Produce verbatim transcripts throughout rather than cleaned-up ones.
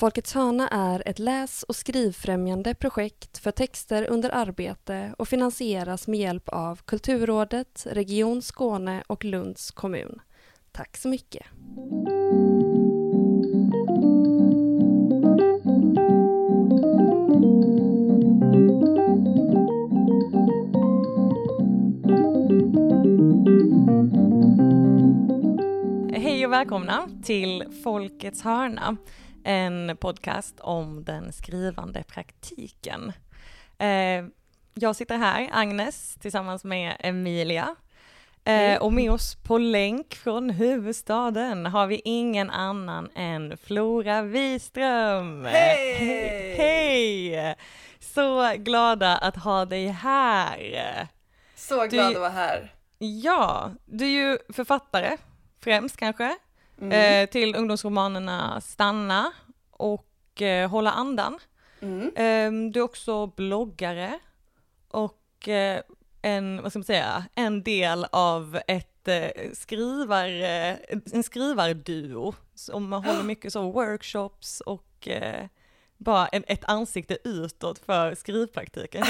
Folkets hörna är ett läs- och skrivfrämjande projekt för texter under arbete och finansieras med hjälp av Kulturrådet, Region Skåne och Lunds kommun. Tack så mycket! Hej och välkomna till Folkets hörna, en podcast om den skrivande praktiken. Eh, jag sitter här, Agnes, tillsammans med Emilia. Eh, och med oss på länk från huvudstaden har vi ingen annan än Flora Wiström. Hej! Hej! Hej! Så glada att ha dig här. Så glad Du, att vara här. Ja, du är ju författare. Främst kanske, mm. eh, till ungdomsromanerna Stanna och eh, Hålla andan. Mm. Eh, du är också bloggare och eh, en, vad ska man säga, en del av ett eh, skrivar, eh, en skrivarduo som håller mycket så workshops och eh, bara en, ett ansikte utåt för skrivpraktiken.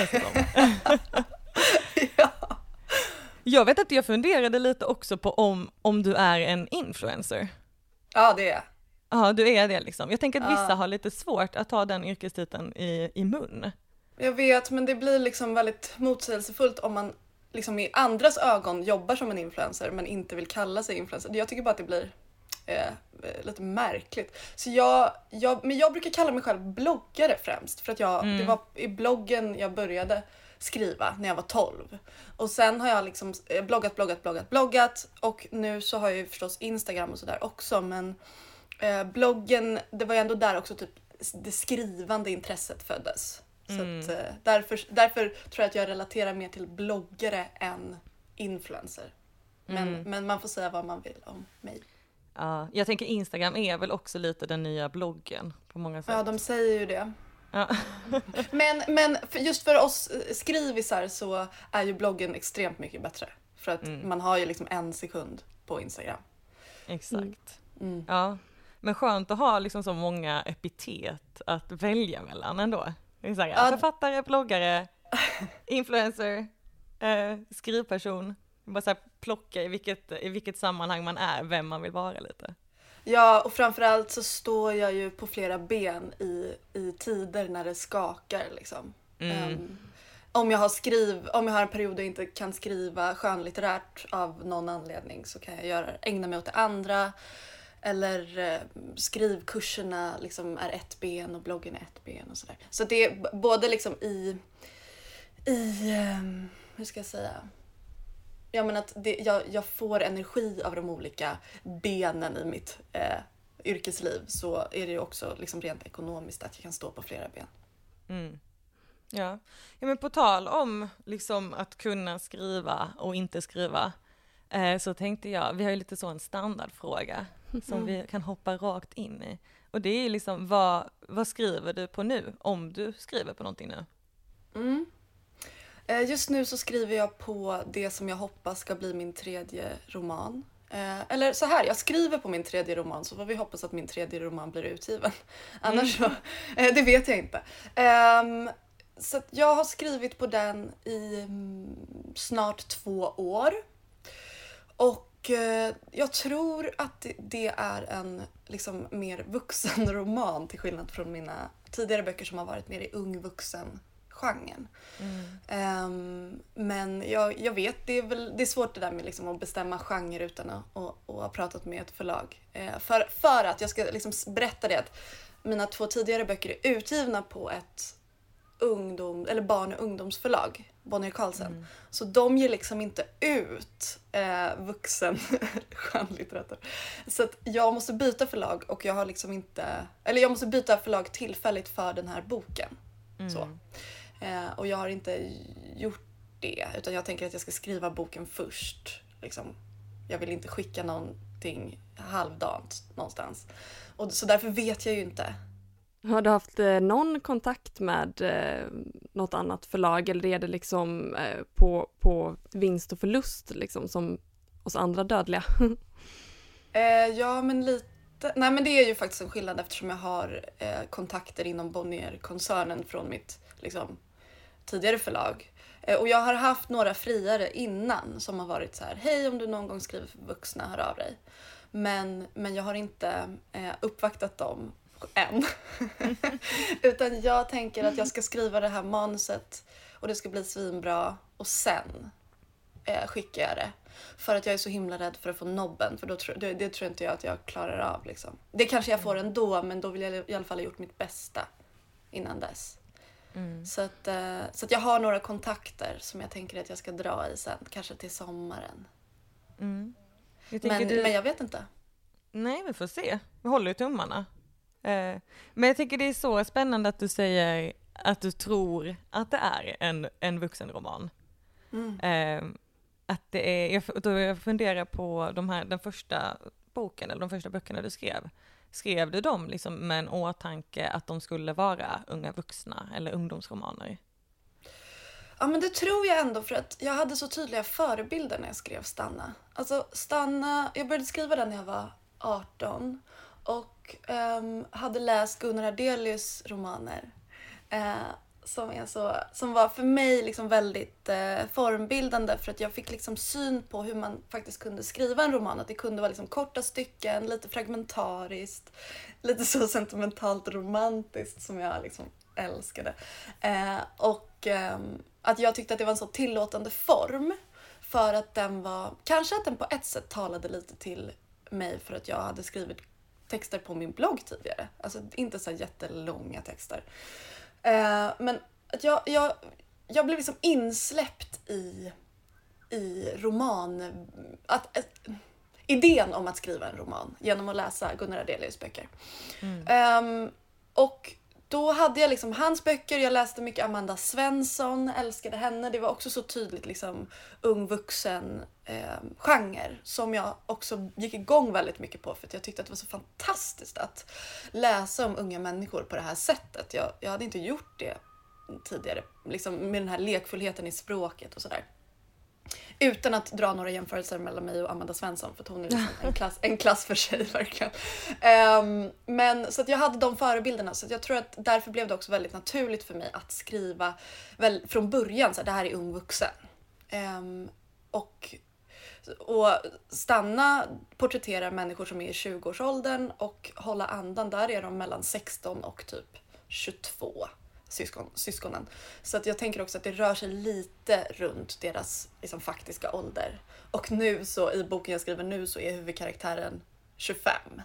Ja. Jag vet att jag funderade lite också på om, om du är en influencer. Ja, det är. Ja, du är det liksom. Jag tänker att vissa ja. har lite svårt att ta den yrkestiteln i, i mun. Jag vet, men det blir liksom väldigt motsägelsefullt om man liksom i andras ögon jobbar som en influencer men inte vill kalla sig influencer. Jag tycker bara att det blir eh, lite märkligt. Så jag, jag, men jag brukar kalla mig själv bloggare främst. För att jag, mm. det var i bloggen jag började skriva när jag var tolv. Och sen har jag liksom bloggat, bloggat, bloggat, bloggat. Och nu så har jag ju förstås Instagram och sådär också. Men eh, bloggen, det var ju ändå där också typ det skrivande intresset föddes. Mm. Så att, eh, därför, därför tror jag att jag relaterar mer till bloggare än influencer. Men, mm. men man får säga vad man vill om mig. Ja, jag tänker Instagram är väl också lite den nya bloggen på många sätt. Ja, de säger ju det. Ja. men, men just för oss skrivisar så är ju bloggen extremt mycket bättre. För att mm. man har ju liksom en sekund på Instagram. Exakt. Mm. Mm. Ja. Men skönt att ha liksom så många epitet att välja mellan ändå. Ja. Författare, bloggare, influencer, eh, skrivperson. Bara så här plocka i vilket, i vilket sammanhang man är, vem man vill vara lite. Ja, och framförallt så står jag ju på flera ben i, i tider när det skakar liksom. Mm. Um, om jag har skriv, om jag har en period där jag inte kan skriva skönlitterärt av någon anledning så kan jag göra, ägna mig åt det andra. Eller eh, skrivkurserna liksom är ett ben och bloggen är ett ben och sådär. Så det är b- både liksom i, i um, hur ska jag säga... Ja, men att det, jag, jag får energi av de olika benen i mitt eh, yrkesliv, så är det ju också liksom rent ekonomiskt att jag kan stå på flera ben. Mm. Ja. Ja, men på tal om liksom att kunna skriva och inte skriva eh, så tänkte jag, vi har ju lite så en standardfråga mm. som vi kan hoppa rakt in i. Och det är ju liksom, vad, vad skriver du på nu om du skriver på någonting nu? Mm. Just nu så skriver jag på det som jag hoppas ska bli min tredje roman. Eh, eller så här, jag skriver på min tredje roman så får vi hoppas att min tredje roman blir utgiven. Annars mm. så, eh, det vet jag inte. Eh, så att jag har skrivit på den i mm, snart två år. Och eh, jag tror att det, det är en liksom mer vuxen roman till skillnad från mina tidigare böcker som har varit mer i ung vuxen genren. Mm. Um, men jag, jag vet, det är, väl, det är svårt det där med liksom att bestämma genre utan att och, och ha pratat med ett förlag. Uh, för, för att jag ska liksom berätta det att mina två tidigare böcker är utgivna på ett ungdom, eller barn- och ungdomsförlag, Bonnier Carlsen. Mm. Så de ger liksom inte ut eh, vuxen skönlitteratur. Så att jag måste byta förlag och jag har liksom inte, eller jag måste byta förlag tillfälligt för den här boken. Mm. Så. Eh, och jag har inte gjort det, utan jag tänker att jag ska skriva boken först. Liksom. Jag vill inte skicka någonting halvdant någonstans. Och så därför vet jag ju inte. Har du haft eh, någon kontakt med eh, något annat förlag, eller är det liksom eh, på, på vinst och förlust liksom, som oss andra dödliga? eh, ja, men lite inte. Nej, men det är ju faktiskt en skillnad eftersom jag har eh, kontakter inom Bonnier-koncernen från mitt liksom, tidigare förlag. Eh, och jag har haft några friare innan som har varit så här: hej, om du någon gång skriver för vuxna, hör av dig. Men, men jag har inte eh, uppvaktat dem än. Utan jag tänker att jag ska skriva det här manuset och det ska bli svinbra och sen eh, skickar jag det. För att jag är så himla rädd för att få nobben. För då tro, det, det tror inte jag att jag klarar av. Liksom. Det kanske jag får ändå, men då vill jag i alla fall ha gjort mitt bästa innan dess. Mm. Så, att, eh, så att jag har några kontakter som jag tänker att jag ska dra i sen. Kanske till sommaren. Mm. Jag men, du... men jag vet inte. Nej, vi får se. Vi håller ju tummarna. Eh, men jag tycker det är så spännande att du säger att du tror att det är en, en vuxenroman. Mm. Eh, att det är, jag, då jag funderar på de här, den första boken, eller de första böckerna du skrev. Skrev du dem liksom med en åtanke att de skulle vara unga vuxna eller ungdomsromaner? Ja, men det tror jag ändå, för att jag hade så tydliga förebilder när jag skrev Stanna. Alltså Stanna, jag började skriva den när jag var arton och um, hade läst Gunnar Ardelius romaner. Uh, som, är så, som var för mig liksom väldigt uh, formbildande, för att jag fick liksom syn på hur man faktiskt kunde skriva en roman. Att det kunde vara liksom korta stycken, lite fragmentariskt, lite så sentimentalt romantiskt som jag liksom älskade. Uh, och um, att jag tyckte att det var en så tillåtande form, för att den var, kanske att den på ett sätt talade lite till mig för att jag hade skrivit texter på min blogg tidigare. Alltså inte så jättelånga texter. Eh, men att jag, jag, jag blev liksom insläppt i, i roman... Att, att, idén om att skriva en roman genom att läsa Gunnar Ardelius böcker. Mm. Eh, och då hade jag liksom hans böcker, jag läste mycket Amanda Svensson, älskade henne. Det var också så tydligt liksom ung vuxen eh, genre som jag också gick igång väldigt mycket på, för att jag tyckte att det var så fantastiskt att läsa om unga människor på det här sättet. Jag, jag hade inte gjort det tidigare, liksom med den här lekfullheten i språket och sådär. Utan att dra några jämförelser mellan mig och Amanda Svensson, för att hon är liksom en, klass, en klass för sig verkligen. Um, men så att jag hade de förebilderna, så att jag tror att därför blev det också väldigt naturligt för mig att skriva väl från början så här, det här är ung vuxen. Um, och, och Stanna porträtterar människor som är i tjugoårsåldern, och Hålla andan, där är de mellan sexton och typ tjugotvå. Syskon, syskonen. Så att jag tänker också att det rör sig lite runt deras liksom, faktiska ålder. Och nu så, i boken jag skriver nu, så är huvudkaraktären tjugofem.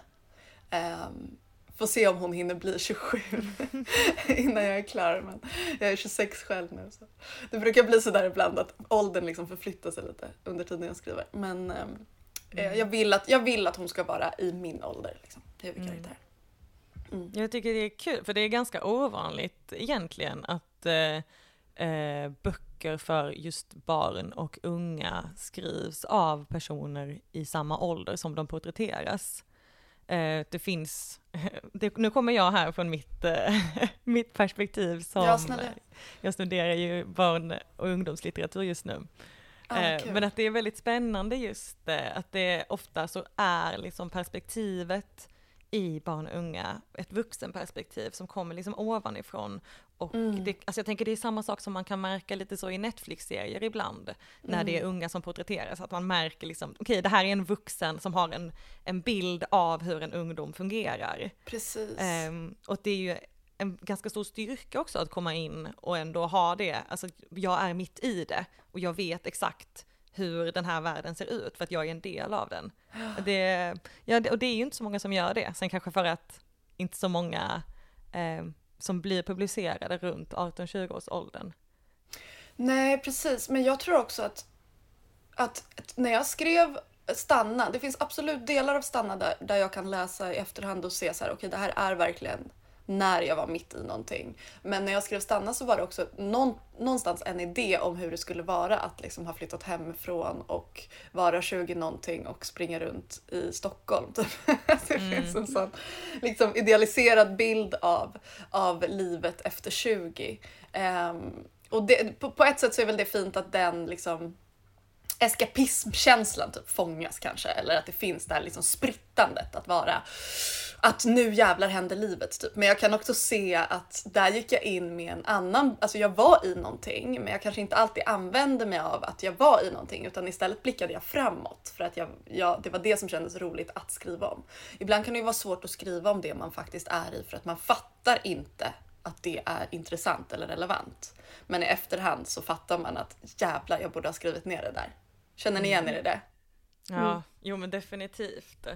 Um, får se om hon hinner bli tjugosju innan jag är klar. Men jag är tjugosex själv nu. Så. Det brukar bli så där ibland att åldern liksom förflyttar sig lite under tiden jag skriver. Men um, mm. jag, vill att, jag vill att hon ska vara i min ålder, liksom, huvudkaraktären. Mm. Mm. Jag tycker det är kul, för det är ganska ovanligt egentligen att eh, eh, böcker för just barn och unga skrivs av personer i samma ålder som de porträtteras. Eh, det finns, det, nu kommer jag här från mitt, eh, mitt perspektiv som, ja, jag studerar ju barn- och ungdomslitteratur just nu. Ah, eh, men att det är väldigt spännande just eh, att det ofta så är liksom perspektivet i barn och unga, ett vuxenperspektiv som kommer liksom ovanifrån. Och mm. det, alltså jag tänker det är samma sak som man kan märka lite så i Netflix-serier ibland, när mm. det är unga som porträtteras, att man märker liksom, okej, okay, det här är en vuxen som har en, en bild av hur en ungdom fungerar. Precis. Um, och det är ju en ganska stor styrka också att komma in och ändå ha det, alltså jag är mitt i det och jag vet exakt hur den här världen ser ut, för att jag är en del av den. Det, ja, och det är ju inte så många som gör det. Sen kanske för att inte så många eh, som blir publicerade runt arton tjugo års åldern. Nej, precis. Men jag tror också att, att, att när jag skrev Stanna, det finns absolut delar av Stanna där, där jag kan läsa i efterhand och se så här, okej, okay, det här är verkligen när jag var mitt i någonting. Men när jag skrev Stanna så var det också någon, någonstans en idé om hur det skulle vara att liksom ha flyttat hemifrån och vara tjugo någonting och springa runt i Stockholm. Typ. Det mm. finns en sån liksom, idealiserad bild av, av livet efter tjugo. Um, och det, på, på ett sätt så är väl det fint att den liksom eskapismkänslan typ fångas kanske, eller att det finns där liksom spritt fattandet, att vara att nu jävlar händer livet typ. Men jag kan också se att där gick jag in med en annan, alltså jag var i någonting, men jag kanske inte alltid använde mig av att jag var i någonting, utan istället blickade jag framåt för att jag, jag, det var det som kändes roligt att skriva om. Ibland kan det ju vara svårt att skriva om det man faktiskt är i för att man fattar inte att det är intressant eller relevant. Men i efterhand så fattar man att jävlar, jag borde ha skrivit ner det där. Känner ni igen er i det? Ja, mm. jo men definitivt.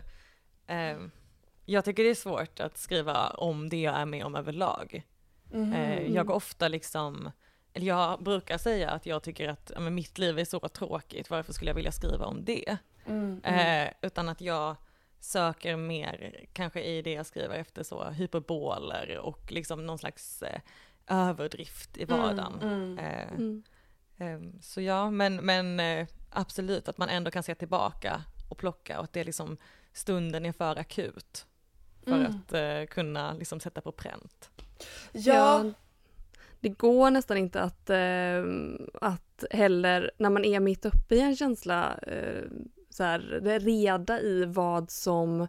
Um, jag tycker det är svårt att skriva om det jag är med om överlag. Mm. Uh, jag går ofta liksom, eller jag brukar säga att jag tycker att ja, men mitt liv är så tråkigt, varför skulle jag vilja skriva om det? Mm. Uh, utan att jag söker mer kanske i det jag skriver efter så hyperboler och liksom någon slags uh, överdrift i vardagen. Mm. Uh, mm. Um, så ja, men, men uh, absolut att man ändå kan se tillbaka och plocka och att det är liksom stunden är för akut för mm. att uh, kunna liksom sätta på pränt. Ja, ja det går nästan inte att, uh, att heller när man är mitt uppe i en känsla uh, så här, reda i vad som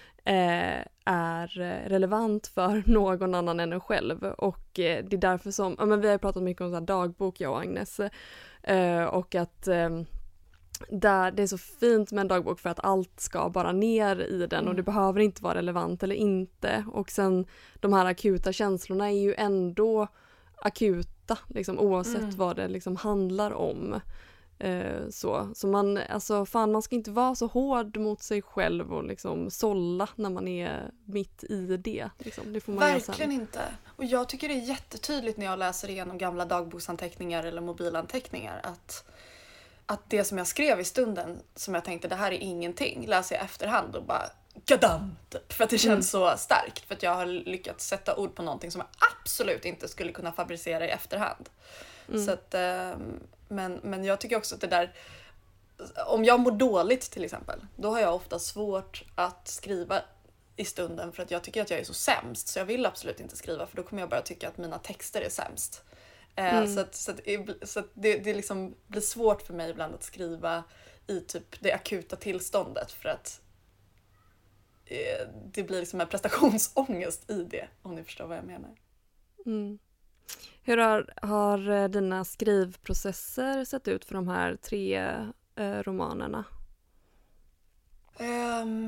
uh, är relevant för någon annan än en själv. Och uh, det är därför som, ja, men vi har pratat mycket om så här dagbok, jag och Agnes, uh, och att uh, där det är så fint med en dagbok för att allt ska bara ner i den mm. och det behöver inte vara relevant eller inte. Och sen de här akuta känslorna är ju ändå akuta liksom, oavsett mm. vad det liksom handlar om. Eh, så så man, alltså fan, man ska inte vara så hård mot sig själv och liksom sålla när man är mitt i det. Liksom. Det får man verkligen inte. Och jag tycker det är jättetydligt när jag läser igenom gamla dagboksanteckningar eller mobilanteckningar att att det som jag skrev i stunden som jag tänkte det här är ingenting, läser jag efterhand och bara gadam, typ, för att det känns mm. så starkt, för att jag har lyckats sätta ord på någonting som jag absolut inte skulle kunna fabricera i efterhand. Mm. Så att, men, men jag tycker också att det där, om jag mår dåligt till exempel, då har jag ofta svårt att skriva i stunden för att jag tycker att jag är så sämst, så jag vill absolut inte skriva för då kommer jag bara tycka att mina texter är sämst. Mm. Så, att, så, att, så att det, det liksom blir svårt för mig ibland att skriva i typ det akuta tillståndet för att eh, det blir liksom en prestationsångest i det, om ni förstår vad jag menar. Mm. Hur har, har dina skrivprocesser sett ut för de här tre eh, romanerna? Um,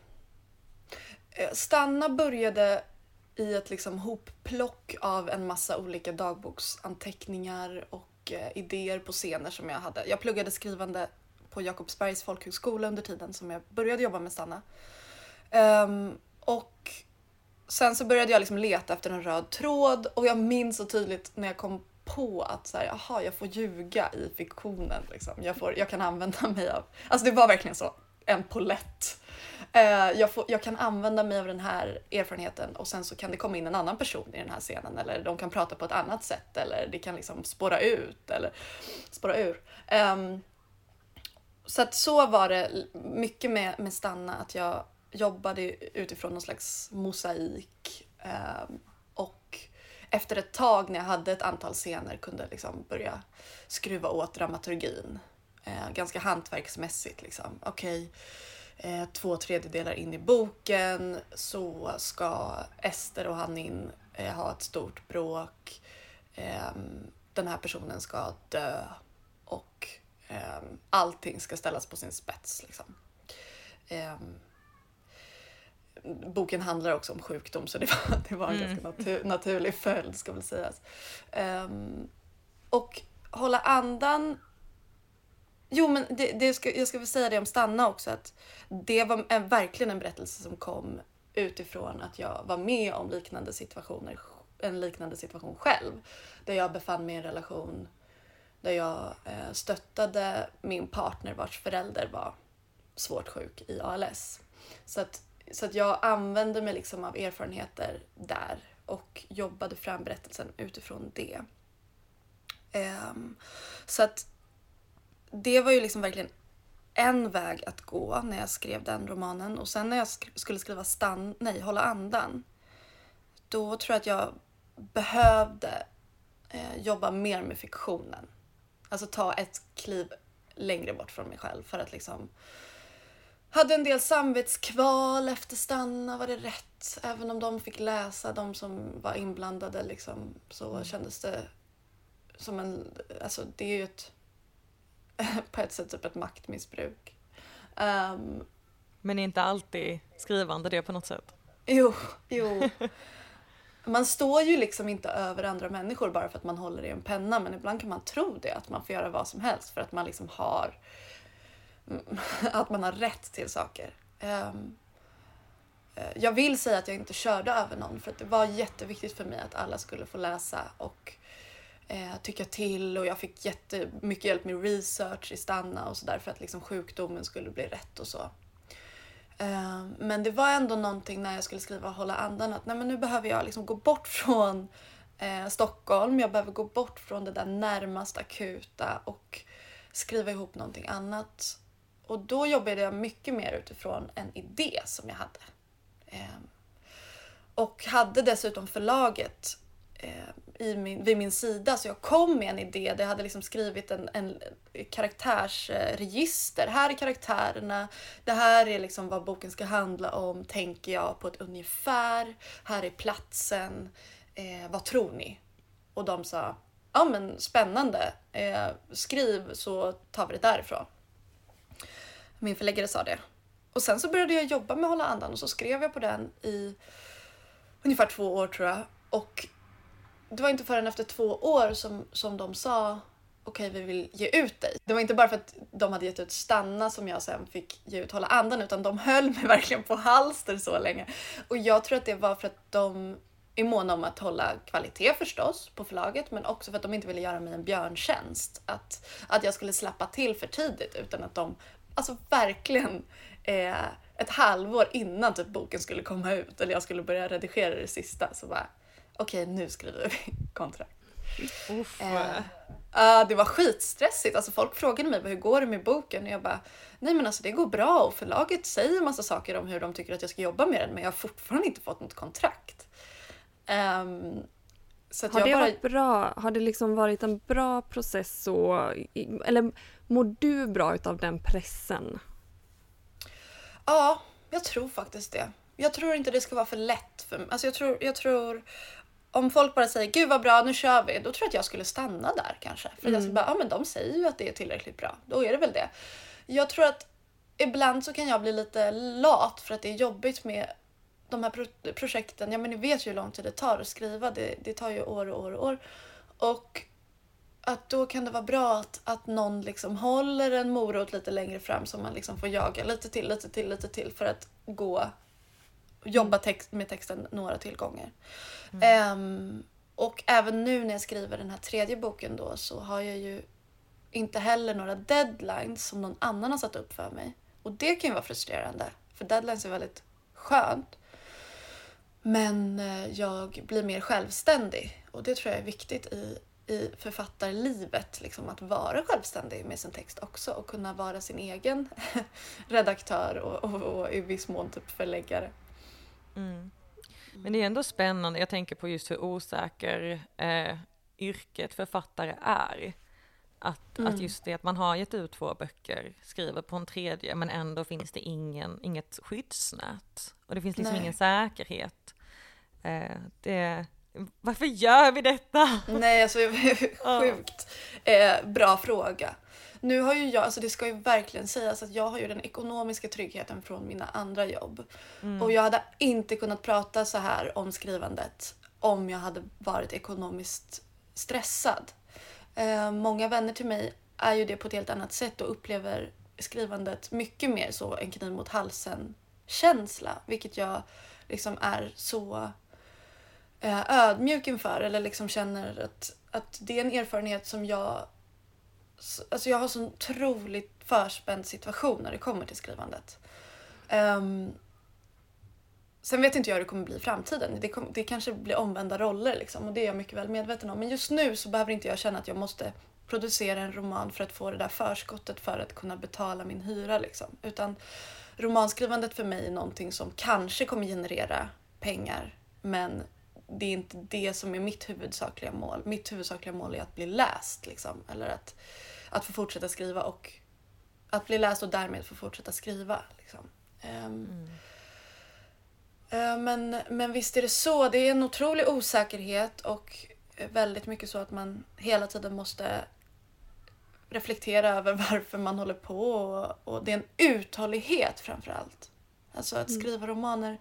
Stanna började i ett liksom hopplock av en massa olika dagboksanteckningar och eh, idéer på scener som jag hade. Jag pluggade skrivande på Jakobsbergs folkhögskola under tiden som jag började jobba med Stanna. Um, och sen så började jag liksom leta efter en röd tråd och jag minns så tydligt när jag kom på att så här, aha, jag får ljuga i fiktionen. Liksom. Jag, får, jag kan använda mig av... Alltså det var verkligen så, en polett. Jag, får, jag kan använda mig av den här erfarenheten och sen så kan det komma in en annan person i den här scenen eller de kan prata på ett annat sätt eller det kan liksom spåra ut eller spåra ur. Um, så att så var det mycket med, med Stanna, att jag jobbade utifrån någon slags mosaik um, och efter ett tag när jag hade ett antal scener kunde liksom börja skruva åt dramaturgin uh, ganska hantverksmässigt liksom. Okej. Okay. Eh, två tredjedelar in i boken så ska Ester och Hanin eh, ha ett stort bråk. Eh, den här personen ska dö och eh, allting ska ställas på sin spets. Liksom. Eh, boken handlar också om sjukdom så det var, det var en mm. ganska natur, naturlig följd ska väl sägas. Eh, och hålla andan. Jo, men det, det ska, jag ska väl säga det om Stanna också, att det var en, verkligen en berättelse som kom utifrån att jag var med om liknande situationer, en liknande situation själv. Där jag befann mig i en relation där jag eh, stöttade min partner vars förälder var svårt sjuk i A L S. Så att, så att jag använde mig liksom av erfarenheter där och jobbade fram berättelsen utifrån det. Um, så att det var ju liksom verkligen en väg att gå när jag skrev den romanen. Och sen när jag sk- skulle skriva stann, nej, hålla andan. Då tror jag att jag behövde eh, jobba mer med fiktionen. Alltså ta ett kliv längre bort från mig själv. För att liksom hade en del samvetskval efter Stanna, var det rätt? Även om de fick läsa, de som var inblandade liksom, så mm. kändes det som en, alltså det är ju ett på ett sätt typ ett maktmissbruk. Um, Men är inte alltid skrivande det på något sätt? Jo, jo. Man står ju liksom inte över andra människor bara för att man håller i en penna, men ibland kan man tro det, att man får göra vad som helst för att man liksom har att man har rätt till saker. Um, jag vill säga att jag inte körde över någon, för att det var jätteviktigt för mig att alla skulle få läsa och eh, tycka till, och jag fick jättemycket hjälp med research i Stanna och så där för att liksom sjukdomen skulle bli rätt och så. Men det var ändå någonting när jag skulle skriva Hålla andan att nej, men nu behöver jag liksom gå bort från eh, Stockholm. Jag behöver gå bort från det där närmast akuta och skriva ihop någonting annat. Och då jobbade jag mycket mer utifrån en idé som jag hade. Eh, och hade dessutom förlaget eh, i min, vid min sida, så jag kom med en idé. Det hade liksom skrivit en, en karaktärsregister. Här är karaktärerna. Det här är liksom vad boken ska handla om, tänker jag på ett ungefär. Här är platsen. Eh, vad tror ni? Och de sa, ja men spännande. Eh, skriv så tar vi det därifrån. Min förläggare sa det. Och sen så började jag jobba med Hålla andan och så skrev jag på den i ungefär två år tror jag. Och det var inte förrän efter två år som, som de sa okej, vi vill ge ut dig. Det var inte bara för att de hade gett ut Stanna som jag sen fick ge ut Hålla andan, utan de höll mig verkligen på halster så länge. Och jag tror att det var för att de är måna om att hålla kvalitet förstås på förlaget, men också för att de inte ville göra mig en björntjänst. Att, att jag skulle släppa till för tidigt, utan att de alltså verkligen eh, ett halvår innan typ boken skulle komma ut eller jag skulle börja redigera det sista så bara okej, nu skriver vi kontrakt. Uff. Eh, uh, det var skitstressigt. Alltså folk frågade mig hur går det med boken och jag bara nej men alltså det går bra och förlaget säger massa saker om hur de tycker att jag ska jobba med den, men jag har fortfarande inte fått något kontrakt. Um, så att har jag det bara... varit bra? Har det liksom varit en bra process och, eller mår du bra utav den pressen? Ja, jag tror faktiskt det. Jag tror inte det ska vara för lätt för mig. Alltså jag tror, jag tror om folk bara säger gud vad bra, nu kör vi, då tror jag att jag skulle stanna där kanske. För mm. jag skulle bara, ja men de säger ju att det är tillräckligt bra. Då är det väl det. Jag tror att ibland så kan jag bli lite lat för att det är jobbigt med de här pro- projekten. Ja men ni vet ju hur lång tid det tar att skriva. Det, det tar ju år och år och år. Och att då kan det vara bra att, att någon liksom håller en morot lite längre fram som man liksom får jaga lite till, lite till, lite till för att gå och jobba text, med texten några tillgångar. Mm. Um, och även nu när jag skriver den här tredje boken då så har jag ju inte heller några deadlines som någon annan har satt upp för mig. Och det kan ju vara frustrerande, för deadlines är väldigt skönt. Men jag blir mer självständig och det tror jag är viktigt i i författarlivet, liksom, att vara självständig med sin text också och kunna vara sin egen redaktör och, och, och i viss mån typ förläggare. Mm. Men det är ändå spännande, jag tänker på just hur osäker eh, yrket författare är. Att, mm. att just det att man har gett ut två böcker, skriver på en tredje, men ändå finns det ingen, inget skyddsnät. Och det finns liksom Nej. ingen säkerhet. Eh, det Varför gör vi detta? Nej, alltså sjukt eh, bra fråga. Nu har ju jag, alltså det ska ju verkligen sägas att jag har ju den ekonomiska tryggheten från mina andra jobb. Mm. Och jag hade inte kunnat prata så här om skrivandet om jag hade varit ekonomiskt stressad. Eh, många vänner till mig är ju det på ett helt annat sätt och upplever skrivandet mycket mer så en kniv mot halsen känsla, vilket jag liksom är så ödmjuk inför, eller liksom känner att, att det är en erfarenhet som jag alltså jag har så otroligt förspänd situation när det kommer till skrivandet. Um, sen vet inte jag hur det kommer bli i framtiden. Det, kom, det kanske blir omvända roller liksom, och det är jag mycket väl medveten om. Men just nu så behöver inte jag känna att jag måste producera en roman för att få det där förskottet för att kunna betala min hyra liksom. Utan romanskrivandet för mig är någonting som kanske kommer generera pengar, men det är inte det som är mitt huvudsakliga mål. Mitt huvudsakliga mål är att bli läst liksom, eller att, att få fortsätta skriva och att bli läst och därmed få fortsätta skriva. Liksom. Um, mm. uh, men, men visst är det så. Det är en otrolig osäkerhet och väldigt mycket så att man hela tiden måste reflektera över varför man håller på. Och, och det är en uthållighet framförallt. Alltså att skriva romaner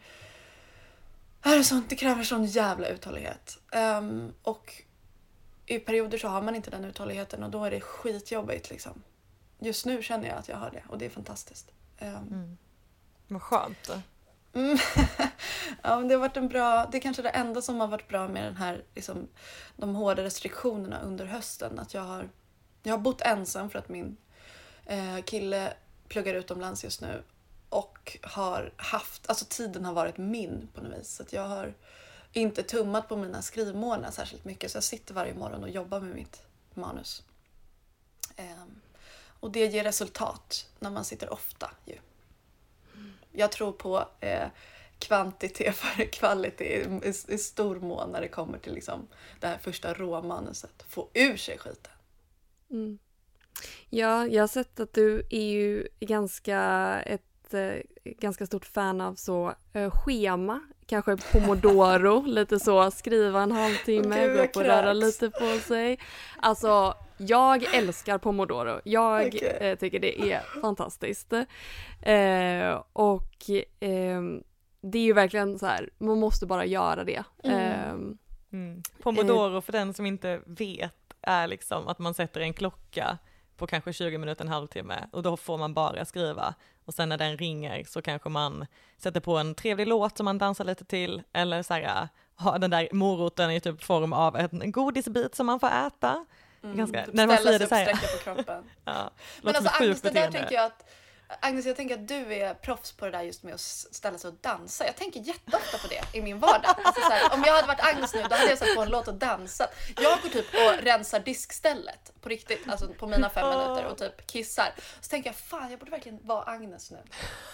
är sånt, det kräver sån jävla uthållighet. Um, och i perioder så har man inte den uthålligheten och då är det skitjobbigt liksom. Just nu känner jag att jag har det och det är fantastiskt. Um, mm. Vad skönt då. Mm. Ja, men det har varit en bra, det är kanske det enda som har varit bra med den här, liksom, de hårda restriktionerna under hösten. Att jag har, jag har bott ensam för att min eh, kille pluggar utomlands just nu. Och har haft, alltså tiden har varit min på något vis. Så att jag har inte tummat på mina skrivmånader särskilt mycket. Så jag sitter varje morgon och jobbar med mitt manus. Um, och det ger resultat när man sitter ofta ju. Jag tror på eh, kvantitet före kvalitet i, i, i stor mån när det kommer till liksom, det här första råmanuset. Få ur sig skiten. Mm. Ja, jag har sett att du är ju ganska ett ganska stort fan av så eh, schema, kanske pomodoro, lite så, skriva en halvtimme, gå upp och röra lite på sig. Alltså, jag älskar pomodoro. Jag okay. eh, tycker det är fantastiskt. Eh, och eh, det är ju verkligen så här, man måste bara göra det. Mm. Eh, mm. Pomodoro, för den som inte vet, är liksom att man sätter en klocka på kanske tjugo minuter, en halvtimme, och då får man bara skriva. Och sen när den ringer så kanske man sätter på en trevlig låt som man dansar lite till, eller så här, ha den där moroten i typ form av en godisbit som man får äta. Mm, Ganska, typ när man ställa säger sig det upp, sträcka på kroppen. Ja, men alltså Agnes, det där tänker jag att Agnes, jag tänker att du är proffs på det där just med att ställa sig och dansa. Jag tänker jätteofta på det i min vardag. Alltså så här, om jag hade varit Agnes nu, då hade jag satt på en låt och dansat. Jag går typ och rensar diskstället på riktigt, alltså på mina fem minuter och typ kissar. Så tänker jag, fan, jag borde verkligen vara Agnes nu.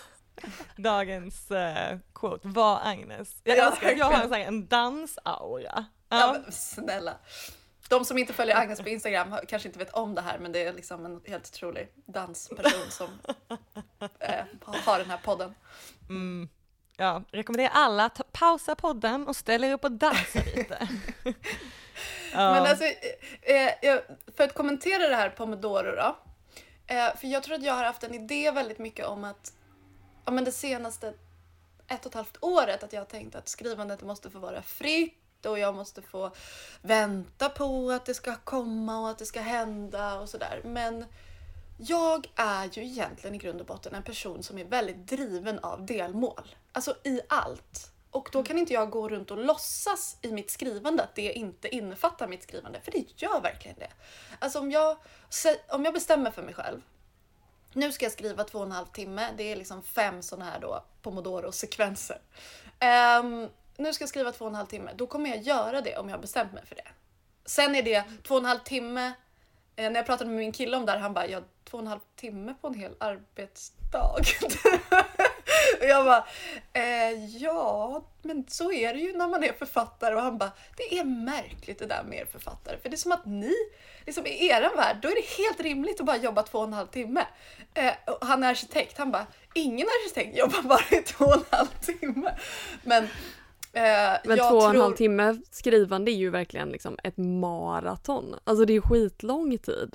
Dagens uh, quote, var Agnes. Jag älskar att jag har en, sån här, en dansaura. Ja. Ja, men snälla. De som inte följer Agnes på Instagram kanske inte vet om det här, men det är liksom en helt otrolig dansperson som eh, har den här podden. Mm. Ja, rekommenderar alla att pausa podden och ställa er upp och dansa lite. Ja. Men alltså, eh, för att kommentera det här pomodoro då. Eh, för jag tror att jag har haft en idé väldigt mycket om att ja, men det senaste ett och ett halvt året att jag har tänkt att skrivandet måste få vara fritt. Och jag måste få vänta på att det ska komma och att det ska hända och sådär. Men jag är ju egentligen i grund och botten en person som är väldigt driven av delmål. Alltså i allt. Och då kan inte jag gå runt och låtsas i mitt skrivande att det inte innefattar mitt skrivande. För det gör verkligen det. Alltså om jag, om jag bestämmer för mig själv. Nu ska jag skriva två och en halv timme. Det är liksom fem sådana här då Pomodoro-sekvenser. Um, nu ska jag skriva två och en halv timme. Då kommer jag göra det om jag har bestämt mig för det. Sen är det två och en halv timme. Eh, när jag pratade med min kille om det här, han bara, ja, två och en halv timme på en hel arbetsdag. Och jag bara, eh, ja, men så är det ju när man är författare. Och han bara, det är märkligt det där med er författare. För det är som att ni, liksom i er värld, då är det helt rimligt att bara jobba två och en halv timme. Eh, och han är arkitekt, han bara, ingen arkitekt jobbar bara i två och en halv timme. Men Eh, Men två och en tror... halv timme skrivande är ju verkligen liksom ett maraton. Alltså det är skitlång tid.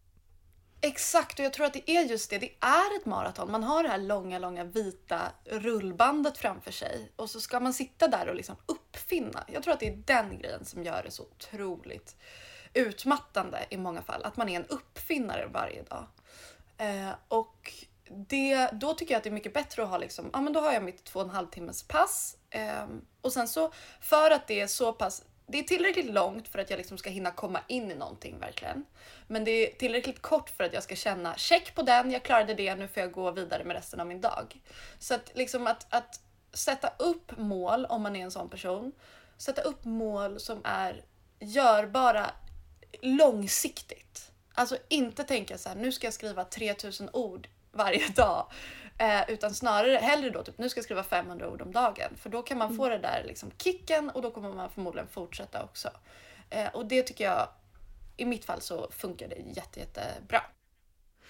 Exakt, och jag tror att det är just det. Det är ett maraton. Man har det här långa, långa vita rullbandet framför sig. Och så ska man sitta där och liksom uppfinna. Jag tror att det är den grejen som gör det så otroligt utmattande i många fall. Att man är en uppfinnare varje dag. Eh, och det, då tycker jag att det är mycket bättre att ha liksom, ja men då har jag mitt två och en halv timmes pass. Eh, och sen så, för att det är så pass, det är tillräckligt långt för att jag liksom ska hinna komma in i någonting verkligen. Men det är tillräckligt kort för att jag ska känna, check på den, jag klarade det, nu får jag gå vidare med resten av min dag. Så att liksom att, att sätta upp mål, om man är en sån person, sätta upp mål som är görbara långsiktigt. Alltså inte tänka så här, nu ska jag skriva tre tusen ord varje dag. Eh, utan snarare hellre då, typ, nu ska jag skriva femhundra ord om dagen. För då kan man få det där liksom kicken och då kommer man förmodligen fortsätta också. Eh, och det tycker jag, i mitt fall så funkar det jätte, jättebra.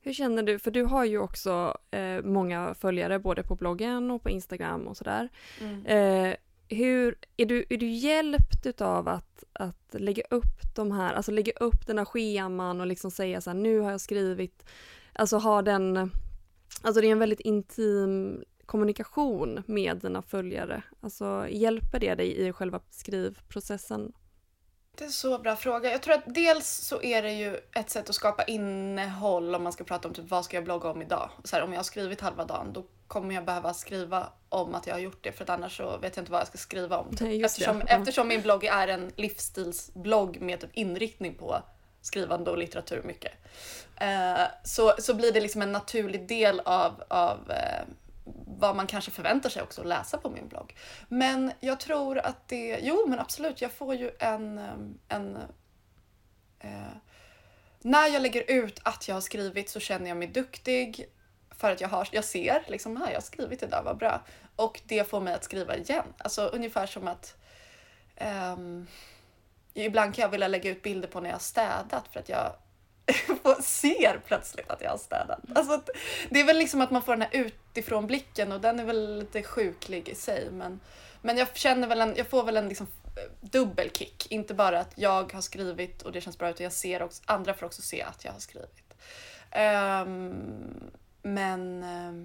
Hur känner du? För du har ju också eh, många följare både på bloggen och på Instagram och sådär. Mm. Eh, hur, är, du, är du hjälpt utav att, att lägga upp de här, alltså lägga upp den här scheman och liksom säga så här, nu har jag skrivit, alltså ha den, alltså det är en väldigt intim kommunikation med dina följare. Alltså hjälper det dig i själva skrivprocessen? Det är en så bra fråga. Jag tror att dels så är det ju ett sätt att skapa innehåll om man ska prata om typ vad ska jag blogga om idag. Så här, om jag har skrivit halva dagen då kommer jag behöva skriva om att jag har gjort det för att annars så vet jag inte vad jag ska skriva om. Nej, eftersom, ja. eftersom min blogg är en livsstilsblogg med typ inriktning på skrivande och litteratur mycket. Eh, så, så blir det liksom en naturlig del av, av eh, vad man kanske förväntar sig också att läsa på min blogg. Men jag tror att det, jo men absolut, jag får ju en, en eh, när jag lägger ut att jag har skrivit så känner jag mig duktig för att jag, har, jag ser liksom, här, jag har skrivit idag, vad bra. Och det får mig att skriva igen. Alltså ungefär som att um, ibland kan jag vilja lägga ut bilder på när jag har städat för att jag ser plötsligt att jag har städat. Alltså, det är väl liksom att man får den här utifrån blicken och den är väl lite sjuklig i sig. Men, men jag känner väl en, jag får väl en liksom dubbelkick. Inte bara att jag har skrivit och det känns bra utan jag ser också, andra får också se att jag har skrivit. Um, men um,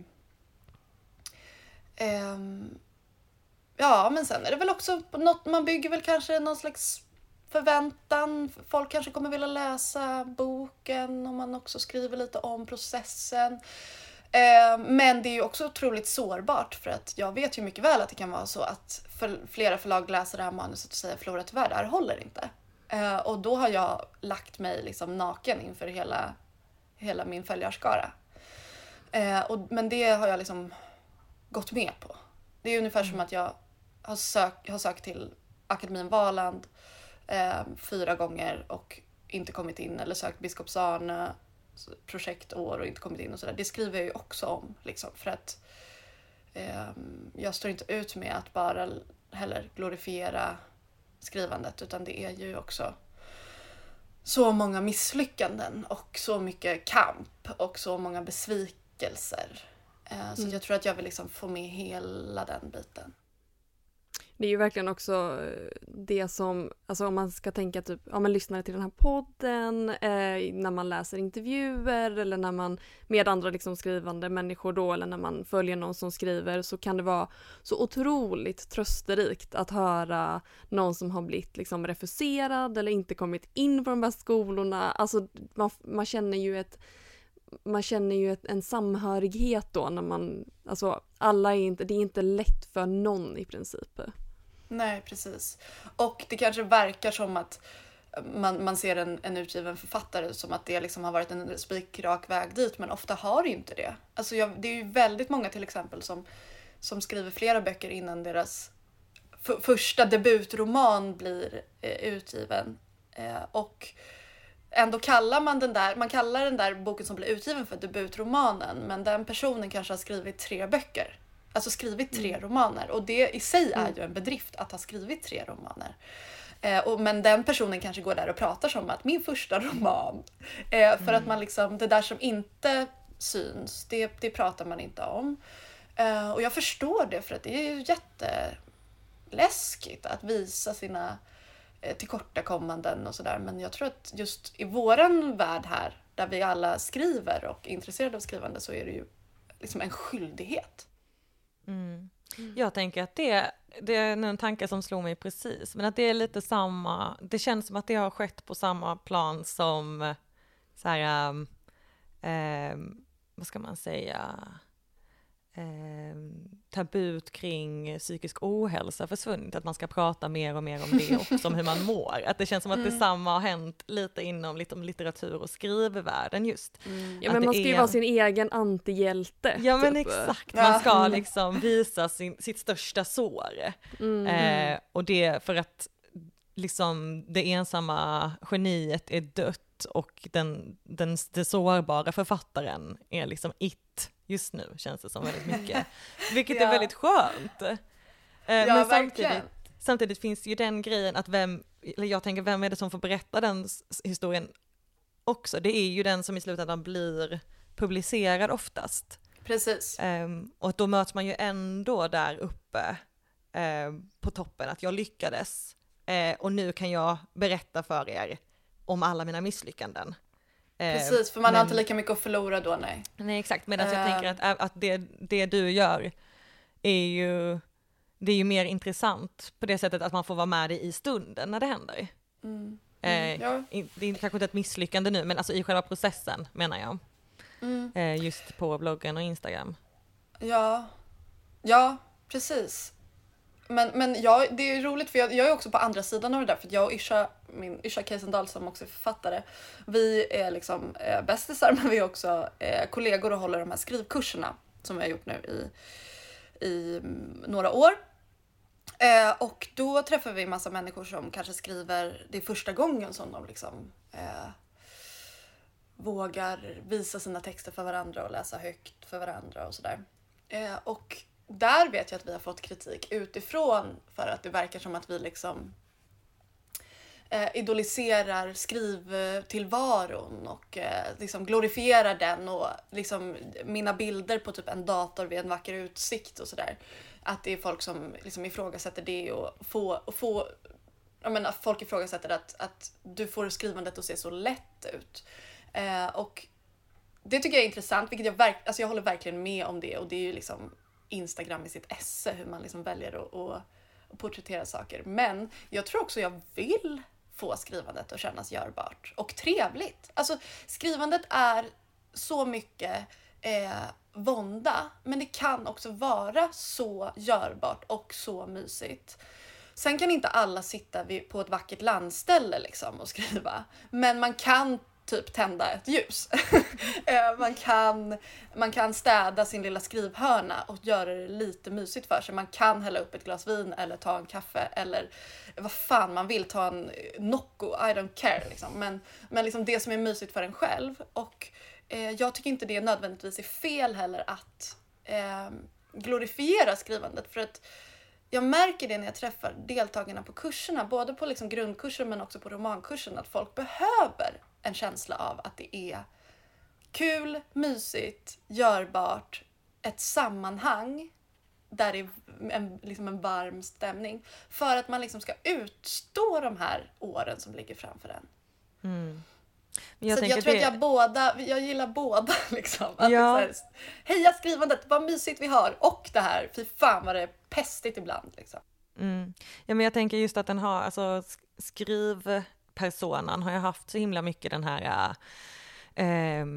um, ja, men sen är det väl också något, man bygger väl kanske någon slags förväntan. Folk kanske kommer vilja läsa boken om man också skriver lite om processen. Eh, men det är ju också otroligt sårbart för att jag vet ju mycket väl att det kan vara så att för flera förlag läser det här manuset och säger förlora tyvärr, det här håller inte. Eh, och då har jag lagt mig liksom naken inför hela, hela min följarskara. Eh, och, men det har jag liksom gått med på. Det är ungefär mm. som att jag har, sök, har sökt till Akademin Valand Eh, fyra gånger och inte kommit in, eller sökt Biskops-Arnö projektår och inte kommit in och sådär. Det skriver jag ju också om liksom, för att eh, jag står inte ut med att bara heller glorifiera skrivandet utan det är ju också så många misslyckanden och så mycket kamp och så många besvikelser. Eh, så mm. jag tror att jag vill liksom få med hela den biten. Det är ju verkligen också det som, alltså om man ska tänka typ, ja man lyssnar till den här podden, eh, när man läser intervjuer eller när man med andra liksom skrivande människor då, eller när man följer någon som skriver, så kan det vara så otroligt trösterikt att höra någon som har blivit liksom refuserad eller inte kommit in på de här skolorna. Alltså man, man känner ju ett man känner ju ett, en samhörighet då när man, alltså alla är inte, det är inte lätt för någon i princip. Nej, precis. Och det kanske verkar som att man, man ser en, en utgiven författare som att det liksom har varit en spikrak väg dit, men ofta har det inte det. Alltså jag, det är ju väldigt många till exempel som, som skriver flera böcker innan deras f- första debutroman blir eh, utgiven. Eh, och ändå kallar man den där, man kallar den där boken som blir utgiven för debutromanen, men den personen kanske har skrivit tre böcker. Alltså skrivit tre mm. romaner. Och det i sig är ju en bedrift att ha skrivit tre romaner. Eh, och, men den personen kanske går där och pratar som att min första roman. Eh, för mm. att man liksom, det där som inte syns, det, det pratar man inte om. Eh, och jag förstår det, för att det är ju jätteläskigt att visa sina eh, tillkortakommanden och sådär. Men jag tror att just i våran värld här, där vi alla skriver och är intresserade av skrivande, så är det ju liksom en skyldighet. Mm. Jag tänker att det, det är en tanke som slår mig precis, men att det är lite samma, det känns som att det har skett på samma plan som så här, eh, vad ska man säga, eh, tabut kring psykisk ohälsa försvunnit, att man ska prata mer och mer om det också, om hur man mår. Att det känns som att det samma har hänt lite inom lite om litteratur och skrivvärlden just. Mm. Ja, men man ska ju är... vara sin egen antihjälte. Ja, men typ. exakt. Man ska liksom visa sin, sitt största sår. Mm. Eh, och det för att liksom det ensamma geniet är dött och den, den, den sårbara författaren är liksom it just nu, känns det som väldigt mycket. Vilket ja. är väldigt skönt. Eh, ja, men samtidigt, samtidigt finns ju den grejen att vem, eller jag tänker, vem är det som får berätta den historien också? Det är ju den som i slutändan blir publicerad oftast. Precis. Um, och då möts man ju ändå där uppe um, på toppen att jag lyckades. Uh, och nu kan jag berätta för er om alla mina misslyckanden. Precis, för man men, har inte lika mycket att förlora då, nej. Nej, exakt. Medan uh, jag tänker att, att det, det du gör är ju, det är ju mer intressant på det sättet att man får vara med i stunden när det händer. Mm. Mm, ja. eh, det är kanske inte ett misslyckande nu, men alltså i själva processen menar jag. Mm. Eh, just på bloggen och Instagram. Ja, ja, precis. Men, men ja, det är roligt för jag, jag är också på andra sidan av det där, för jag och Isha, min Isha Keisendal som också är författare, vi är liksom eh, bästisar, men vi är också eh, kollegor och håller de här skrivkurserna som vi har gjort nu i, i mm, några år. Eh, och då träffar vi en massa människor som kanske skriver, det är första gången som de liksom eh, vågar visa sina texter för varandra och läsa högt för varandra och sådär. Eh, och där vet jag att vi har fått kritik utifrån för att det verkar som att vi liksom eh, idoliserar skrivtillvaron och eh, liksom glorifierar den och liksom mina bilder på typ en dator vid en vacker utsikt och sådär. Att det är folk som liksom ifrågasätter det och få, och få jag menar, folk ifrågasätter att, att du får skrivandet att se så lätt ut. Eh, och det tycker jag är intressant, vilket jag, verk, alltså jag håller verkligen med om det, och det är ju liksom Instagram i sitt esse, hur man liksom väljer att, att, att porträttera saker. Men jag tror också jag vill få skrivandet att kännas görbart och trevligt. Alltså skrivandet är så mycket eh, vånda, men det kan också vara så görbart och så mysigt. Sen kan inte alla sitta vid, på ett vackert landställe liksom och skriva, men man kan typ tända ett ljus. man, kan, man kan städa sin lilla skrivhörna och göra det lite mysigt för sig. Man kan hälla upp ett glas vin eller ta en kaffe eller vad fan man vill, ta en Nocco, I don't care. Liksom. Men, men liksom det som är mysigt för en själv. Och eh, jag tycker inte det nödvändigtvis är fel heller att eh, glorifiera skrivandet. För att jag märker det när jag träffar deltagarna på kurserna, både på liksom grundkursen men också på romankursen, att folk behöver en känsla av att det är kul, mysigt, görbart, ett sammanhang där det är en, liksom en varm stämning, för att man liksom ska utstå de här åren som ligger framför en. Mm. Jag, så jag tror det... att jag båda, jag gillar båda liksom. Att ja. Här, heja skrivandet, vad mysigt vi har, och det här, fy fan vad det är pestigt ibland liksom. Mm. Ja, men jag tänker just att den har, alltså skrivpersonan har jag haft så himla mycket den här äh,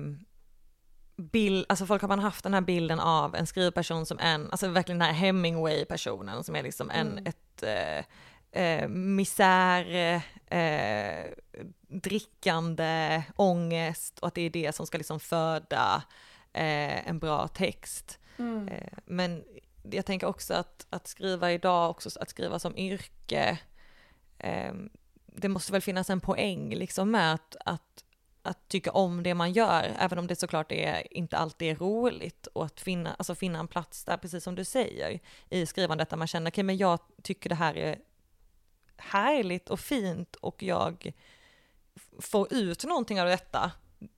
bild, alltså folk har man haft den här bilden av en skrivperson som en, alltså verkligen den här Hemingway-personen som är liksom en, mm. ett äh, äh, misär, äh, drickande, ångest, och att det är det som ska liksom föda äh, en bra text. Mm. Äh, men jag tänker också att, att skriva idag, också att skriva som yrke, eh, det måste väl finnas en poäng liksom med att, att, att tycka om det man gör, även om det såklart är, inte alltid är roligt, och att finna, alltså finna en plats där, precis som du säger, i skrivandet där man känner, okej, okay, men jag tycker det här är härligt och fint och jag får ut någonting av detta.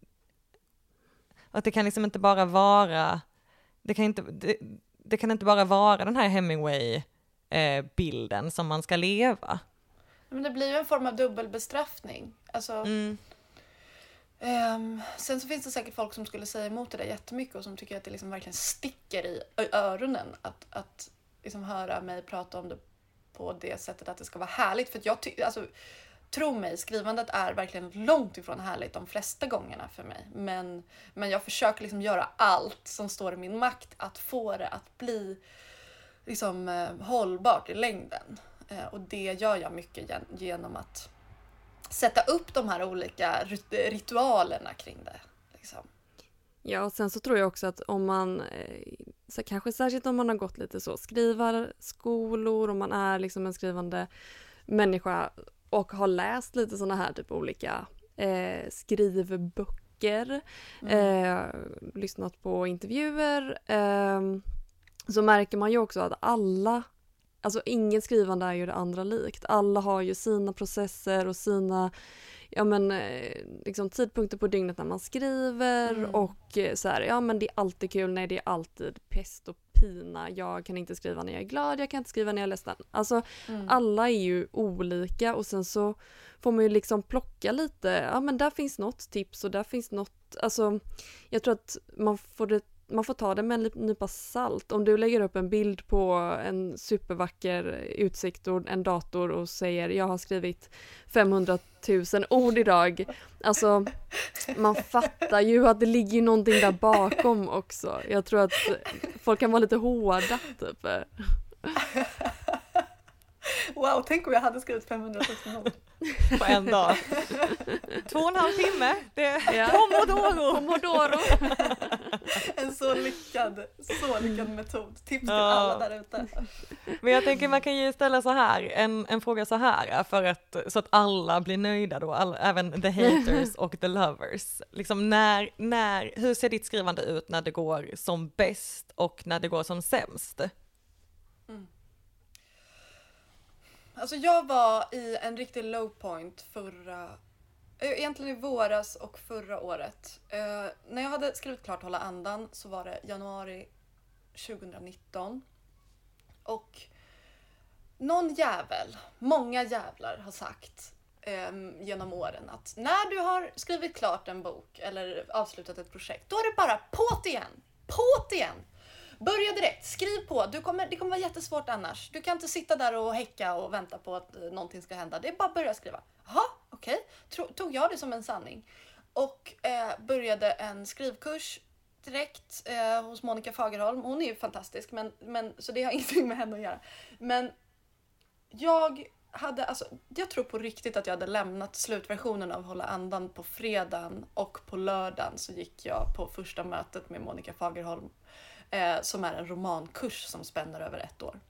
Att det kan liksom inte bara vara, det kan inte... Det, Det kan inte bara vara den här Hemingway-bilden eh, som man ska leva. Men det blir ju en form av dubbelbestraffning. Alltså, mm. um, sen så finns det säkert folk som skulle säga emot det där jättemycket och som tycker att det liksom verkligen sticker i öronen att, att liksom höra mig prata om det på det sättet, att det ska vara härligt. För att jag tycker, alltså, tro mig, skrivandet är verkligen långt ifrån härligt de flesta gångerna för mig. Men, men jag försöker liksom göra allt som står i min makt att få det att bli liksom, eh, hållbart i längden. Eh, och det gör jag mycket gen- genom att sätta upp de här olika rit- ritualerna kring det. Liksom. Ja, och sen så tror jag också att om man, så kanske särskilt om man har gått lite så skrivarskolor, om man är liksom en skrivande människa och har läst lite såna här typ olika eh, skrivböcker, mm. eh, lyssnat på intervjuer, eh, så märker man ju också att alla alltså ingen skrivande är ju det andra likt. Alla har ju sina processer och sina ja men liksom tidpunkter på dygnet när man skriver mm. och så här, ja men det är alltid kul, nej det är alltid pest och pina, jag kan inte skriva när jag är glad, jag kan inte skriva när jag är ledsen. Alltså mm. alla är ju olika och sen så får man ju liksom plocka lite, ja men där finns något tips och där finns något, alltså jag tror att man får det man får ta det med en nypa salt. Om du lägger upp en bild på en supervacker utsikt och en dator och säger jag har skrivit femhundratusen ord idag. Alltså man fattar ju att det ligger någonting där bakom också. Jag tror att folk kan vara lite hårda typ. Wow, tänk om jag hade skrivit femhundratusen ord. På en dag. Två och en halv timme. Det är ja. Pomodoro. Pomodoro. En så lyckad, så lyckad metod. Tips till ja. alla där ute. Men jag tänker man kan ju ställa så här, en, en fråga så här, för att, så att alla blir nöjda då, all, även the haters och the lovers. Liksom när, när, hur ser ditt skrivande ut när det går som bäst och när det går som sämst? Mm. Alltså jag var i en riktig low point förra, egentligen i våras och förra året. Eh, när jag hade skrivit klart Hålla andan så var det januari tjugonitton. Och någon jävel, många jävlar har sagt eh, genom åren att när du har skrivit klart en bok eller avslutat ett projekt, då är det bara på't igen, på't igen. Börja direkt, skriv på. Du kommer, det kommer vara jättesvårt annars. Du kan inte sitta där och häcka och vänta på att uh, någonting ska hända. Det är bara att börja skriva. Jaha, okej. Okay. Tog jag det som en sanning. Och eh, började en skrivkurs direkt eh, hos Monica Fagerholm. Hon är ju fantastisk, men, men, så det har ingenting med henne att göra. Men jag hade, alltså, jag tror på riktigt att jag hade lämnat slutversionen av Hålla andan på fredagen. Och på lördagen så gick jag på första mötet med Monica Fagerholm. Eh, som är en romankurs som spänner över ett år.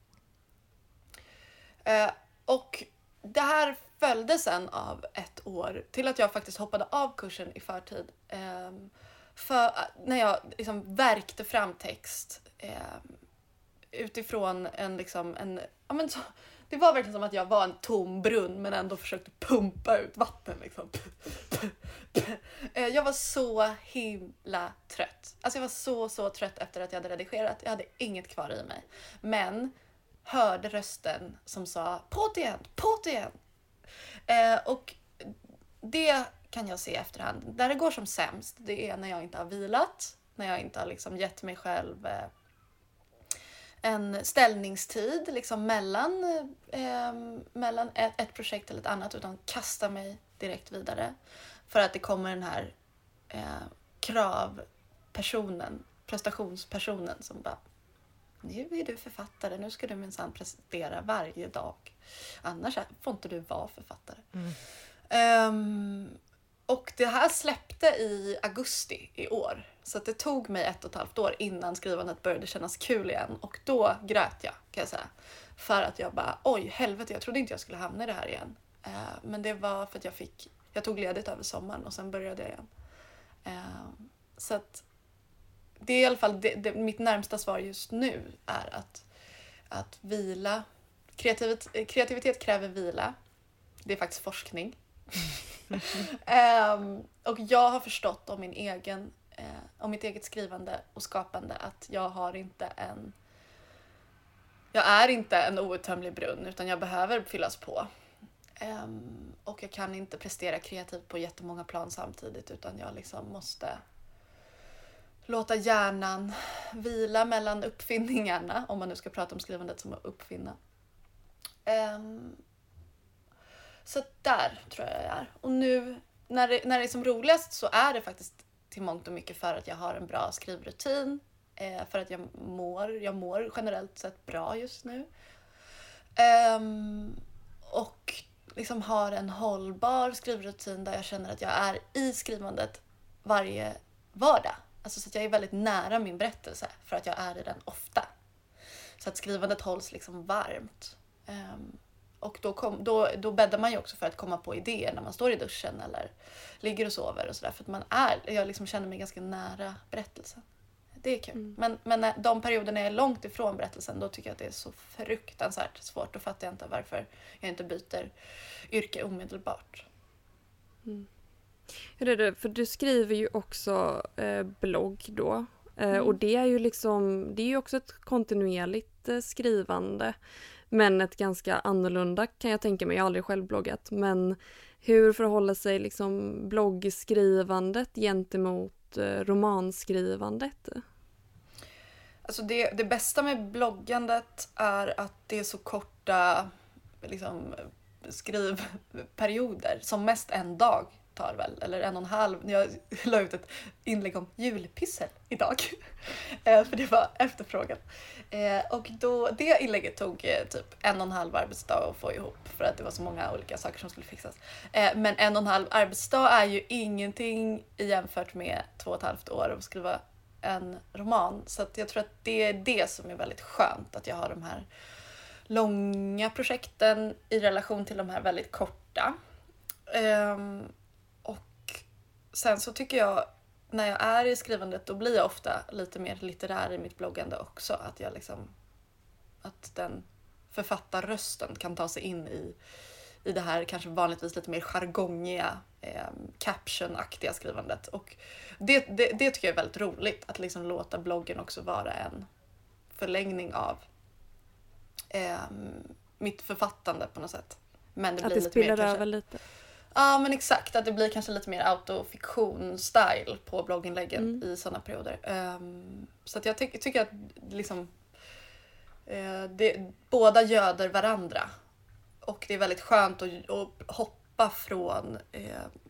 Eh, och det här följde sen av ett år till att jag faktiskt hoppade av kursen i förtid. Eh, för när jag liksom verkte fram text eh, utifrån en liksom en, ja men så, det var verkligen som att jag var en tom brunn men ändå försökte pumpa ut vatten liksom. Jag var så himla trött. Alltså jag var så så trött efter att jag hade redigerat. Jag hade inget kvar i mig. Men hörde rösten som sa på't igen, på't igen. Eh, och det kan jag se i efterhand. Där det går som sämst, det är när jag inte har vilat. När jag inte har liksom gett mig själv eh, en ställningstid liksom mellan, eh, mellan ett, ett projekt eller ett annat. Utan kasta mig direkt vidare. För att det kommer den här eh, kravpersonen, prestationspersonen som bara nu är du författare, nu ska du minsann prestera varje dag. Annars får inte du vara författare. Mm. Um, och det här släppte i augusti i år. Så att det tog mig ett och ett halvt år innan skrivandet började kännas kul igen. Och då grät jag, kan jag säga. För att jag bara, oj helvete, jag trodde inte jag skulle hamna i det här igen. Uh, men det var för att jag fick Jag tog ledigt över sommaren och sen började jag igen. Uh, så att det är i alla fall det, det, mitt närmsta svar just nu är att, att vila. Kreativitet, kreativitet kräver vila. Det är faktiskt forskning. um, och jag har förstått om min egen, uh, om mitt eget skrivande och skapande att jag har inte en jag är inte en outtömlig brunn utan jag behöver fyllas på. Um, och jag kan inte prestera kreativt på jättemånga plan samtidigt utan jag liksom måste låta hjärnan vila mellan uppfinningarna, om man nu ska prata om skrivandet som att uppfinna. Um, så där tror jag jag är. Och nu när det, när det är som roligast så är det faktiskt till mångt och mycket för att jag har en bra skrivrutin. Eh, för att jag mår, jag mår generellt sett bra just nu. Um, och liksom har en hållbar skrivrutin där jag känner att jag är i skrivandet varje vardag. Alltså så att jag är väldigt nära min berättelse för att jag är i den ofta. Så att skrivandet hålls liksom varmt. Um, och då, kom, då, då bäddar man ju också för att komma på idéer när man står i duschen eller ligger och sover och sådär. För att man är, jag liksom känner mig ganska nära berättelsen. det är kul. Mm. Men, men när de perioderna är långt ifrån berättelsen, då tycker jag att det är så fruktansvärt svårt. Då fattar jag inte varför jag inte byter yrke omedelbart. Mm. Hur är det? För du skriver ju också eh, blogg då. Eh, mm. Och det är ju liksom, det är ju också ett kontinuerligt eh, skrivande. Men ett ganska annorlunda kan jag tänka mig. Jag har aldrig själv bloggat. Men hur förhåller sig liksom bloggskrivandet gentemot eh, romanskrivandet? Alltså det, det bästa med bloggandet är att det är så korta liksom, skrivperioder. Som mest en dag tar väl, eller en och en halv. Jag la ut ett inlägg om julpyssel idag. För det var efterfrågan. Och då, det inlägget tog typ en och en halv arbetsdag att få ihop. För att det var så många olika saker som skulle fixas. Men en och en halv arbetsdag är ju ingenting jämfört med två och ett halvt år att skriva en roman. Så att jag tror att det är det som är väldigt skönt. Att jag har de här långa projekten i relation till de här väldigt korta. Um, och sen så tycker jag, när jag är i skrivandet, då blir jag ofta lite mer litterär i mitt bloggande också. Att jag liksom, att den författarrösten kan ta sig in i, i det här kanske vanligtvis lite mer jargongiga, eh, caption-aktiga skrivandet. Och det, det, det tycker jag är väldigt roligt, att liksom låta bloggen också vara en förlängning av eh, mitt författande på något sätt. Men det att blir det lite spiller mer över kanske, lite. Ja, men exakt. Att det blir kanske lite mer autofiktion-style på blogginläggen mm. i sådana perioder. Um, så att jag ty- tycker att liksom, uh, det, båda göder varandra. Och det är väldigt skönt att, att hoppa från uh,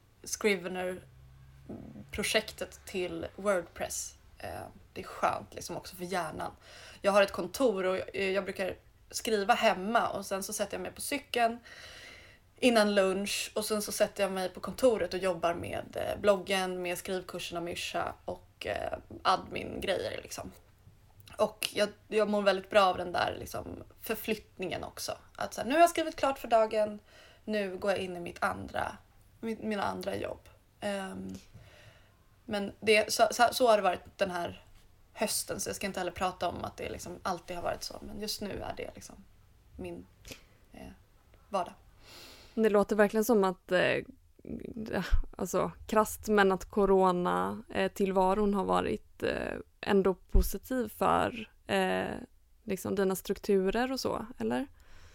Scrivener-projektet till Wordpress. Uh, det är skönt liksom också för hjärnan. Jag har ett kontor och jag brukar skriva hemma och sen så sätter jag mig på cykeln innan lunch och sen så sätter jag mig på kontoret och jobbar med bloggen, med skrivkurserna med Yrsa och eh, admin-grejer liksom. Och jag, jag mår väldigt bra av den där liksom, förflyttningen också. Att så här, nu har jag skrivit klart för dagen, nu går jag in i mitt andra, mitt, mina andra jobb. Um, men det, så, så, så har det varit den här hösten, så jag ska inte heller prata om att det liksom alltid har varit så. Men just nu är det liksom min eh, vardag. Det låter verkligen som att, eh, alltså krasst, men att corona-tillvaron har varit eh, ändå positiv för eh, liksom dina strukturer och så, eller?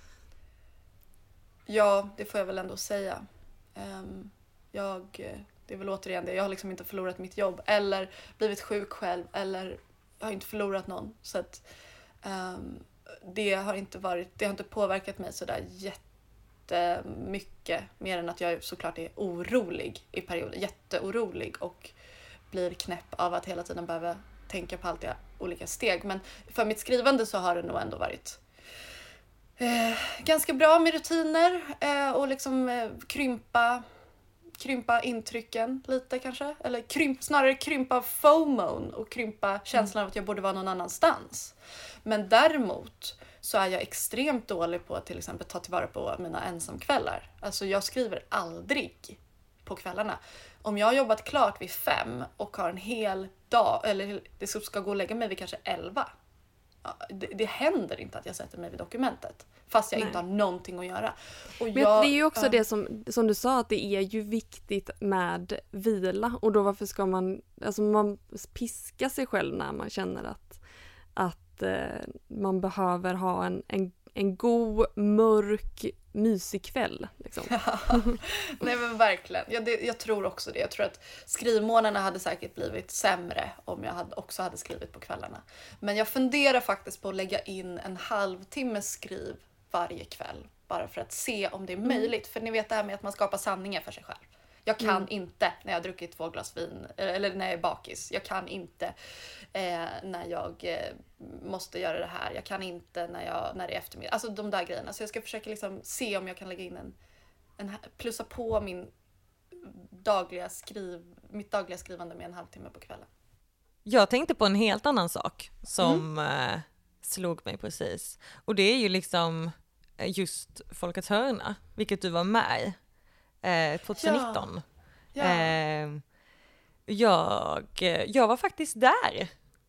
Ja, det får jag väl ändå säga. Um, jag, det är väl återigen det, jag har liksom inte förlorat mitt jobb eller blivit sjuk själv eller jag har inte förlorat någon. Så att um, det har inte varit, det har inte påverkat mig sådär jätte mycket, mer än att jag såklart är orolig i perioder, jätteorolig och blir knäpp av att hela tiden behöva tänka på alltid olika steg. Men för mitt skrivande så har det nog ändå varit eh, ganska bra med rutiner eh, och liksom eh, krympa krympa intrycken lite kanske, eller krymp, snarare krympa FOMO och krympa känslan av att jag borde vara någon annanstans. Men däremot så är jag extremt dålig på att till exempel ta tillvara på mina ensamkvällar. Alltså jag skriver aldrig på kvällarna. Om jag har jobbat klart vid fem och har en hel dag, eller det ska gå och lägga mig vid kanske elva. Det, det händer inte att jag sätter mig vid dokumentet. Fast jag Nej. inte har någonting att göra. Och Men jag, det är ju också äh, det som, som du sa, att det är ju viktigt med vila. Och då varför ska man, alltså man piska sig själv när man känner att, att eh, man behöver ha en, en, en god, mörk, mysig kväll. Liksom. Nej men verkligen. Jag, det, jag tror också det. Jag tror att skrivmånaderna hade säkert blivit sämre om jag hade, också hade skrivit på kvällarna. Men jag funderar faktiskt på att lägga in en halvtimme skriv varje kväll. Bara för att se om det är möjligt. Mm. För ni vet det här med att man skapar sanningar för sig själv. Jag kan mm. inte när jag har druckit två glas vin. Eller när jag är bakis. Jag kan inte eh, när jag eh, måste göra det här. Jag kan inte när, jag, när det är eftermiddag. Alltså de där grejerna. Så jag ska försöka liksom se om jag kan lägga in en, en... Plussa på min dagliga skriv, mitt dagliga skrivande med en halvtimme på kvällen. Jag tänkte på en helt annan sak som mm. eh, slog mig precis. Och det är ju liksom just Folkets hörna. Vilket du var med i. Eh, tjugonitton. Ja. Ja. Eh, jag, jag var faktiskt där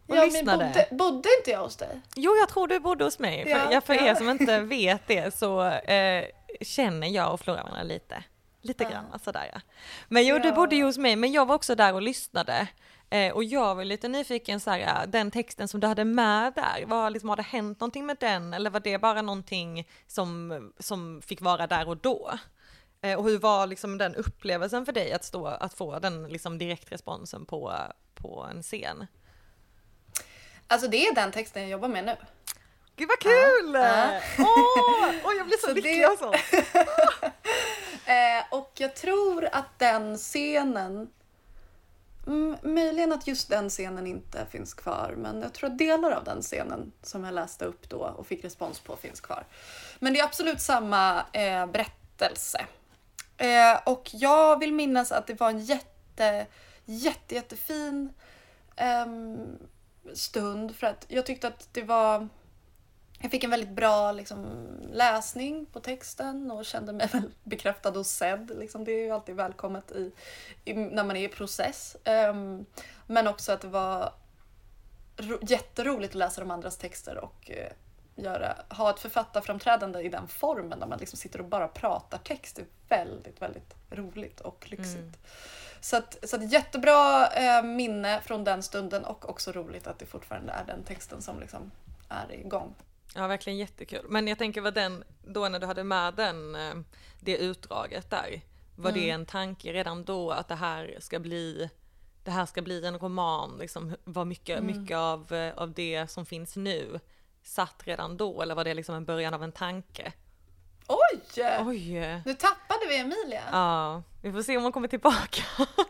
och ja, lyssnade. Men bodde, bodde inte jag hos dig? Jo, jag tror du bodde hos mig. Ja, för, ja, för ja. er som inte vet det så eh, känner jag och Flora varandra lite. Lite Ja. grann, sådär ja. Men jo, Ja. du bodde ju hos mig, men jag var också där och lyssnade. Eh, och jag var lite nyfiken, såhär, den texten som du hade med där, var, liksom, har det hänt någonting med den? Eller var det bara någonting som, som fick vara där och då? Eh, och hur var liksom den upplevelsen för dig att, stå, att få den liksom, direktresponsen på, på en scen? Alltså det är den texten jag jobbar med nu. Gud vad kul! Ja. Åh, oh, oh, jag blir så, Så lycklig det- och så. Eh, och jag tror att den scenen, mm, möjligen att just den scenen inte finns kvar, men jag tror att delar av den scenen som jag läste upp då och fick respons på finns kvar. Men det är absolut samma eh, berättelse. Eh, och jag vill minnas att det var en jätte, jätte, jättefin ehm, stund, för att jag tyckte att det var... Jag fick en väldigt bra liksom, läsning på texten och kände mig väl bekräftad och sedd. Liksom, det är ju alltid välkommet i, i, när man är i process. Um, men också att det var ro, jätteroligt att läsa de andras texter och uh, göra, ha ett författarframträdande i den formen där man liksom sitter och bara pratar text. Det är väldigt, väldigt roligt och lyxigt. Mm. Så, att, så att jättebra uh, minne från den stunden och också roligt att det fortfarande är den texten som liksom är igång. Ja, verkligen jättekul. Men jag tänker vad den, då när du hade med den, det utdraget där, var mm. det en tanke redan då att det här ska bli, det här ska bli en roman, liksom, var mycket, mm. mycket av, av det som finns nu satt redan då, eller var det liksom en början av en tanke? Oj! Oj! Nu tappade vi Emilia. Ja, vi får se om hon kommer tillbaka.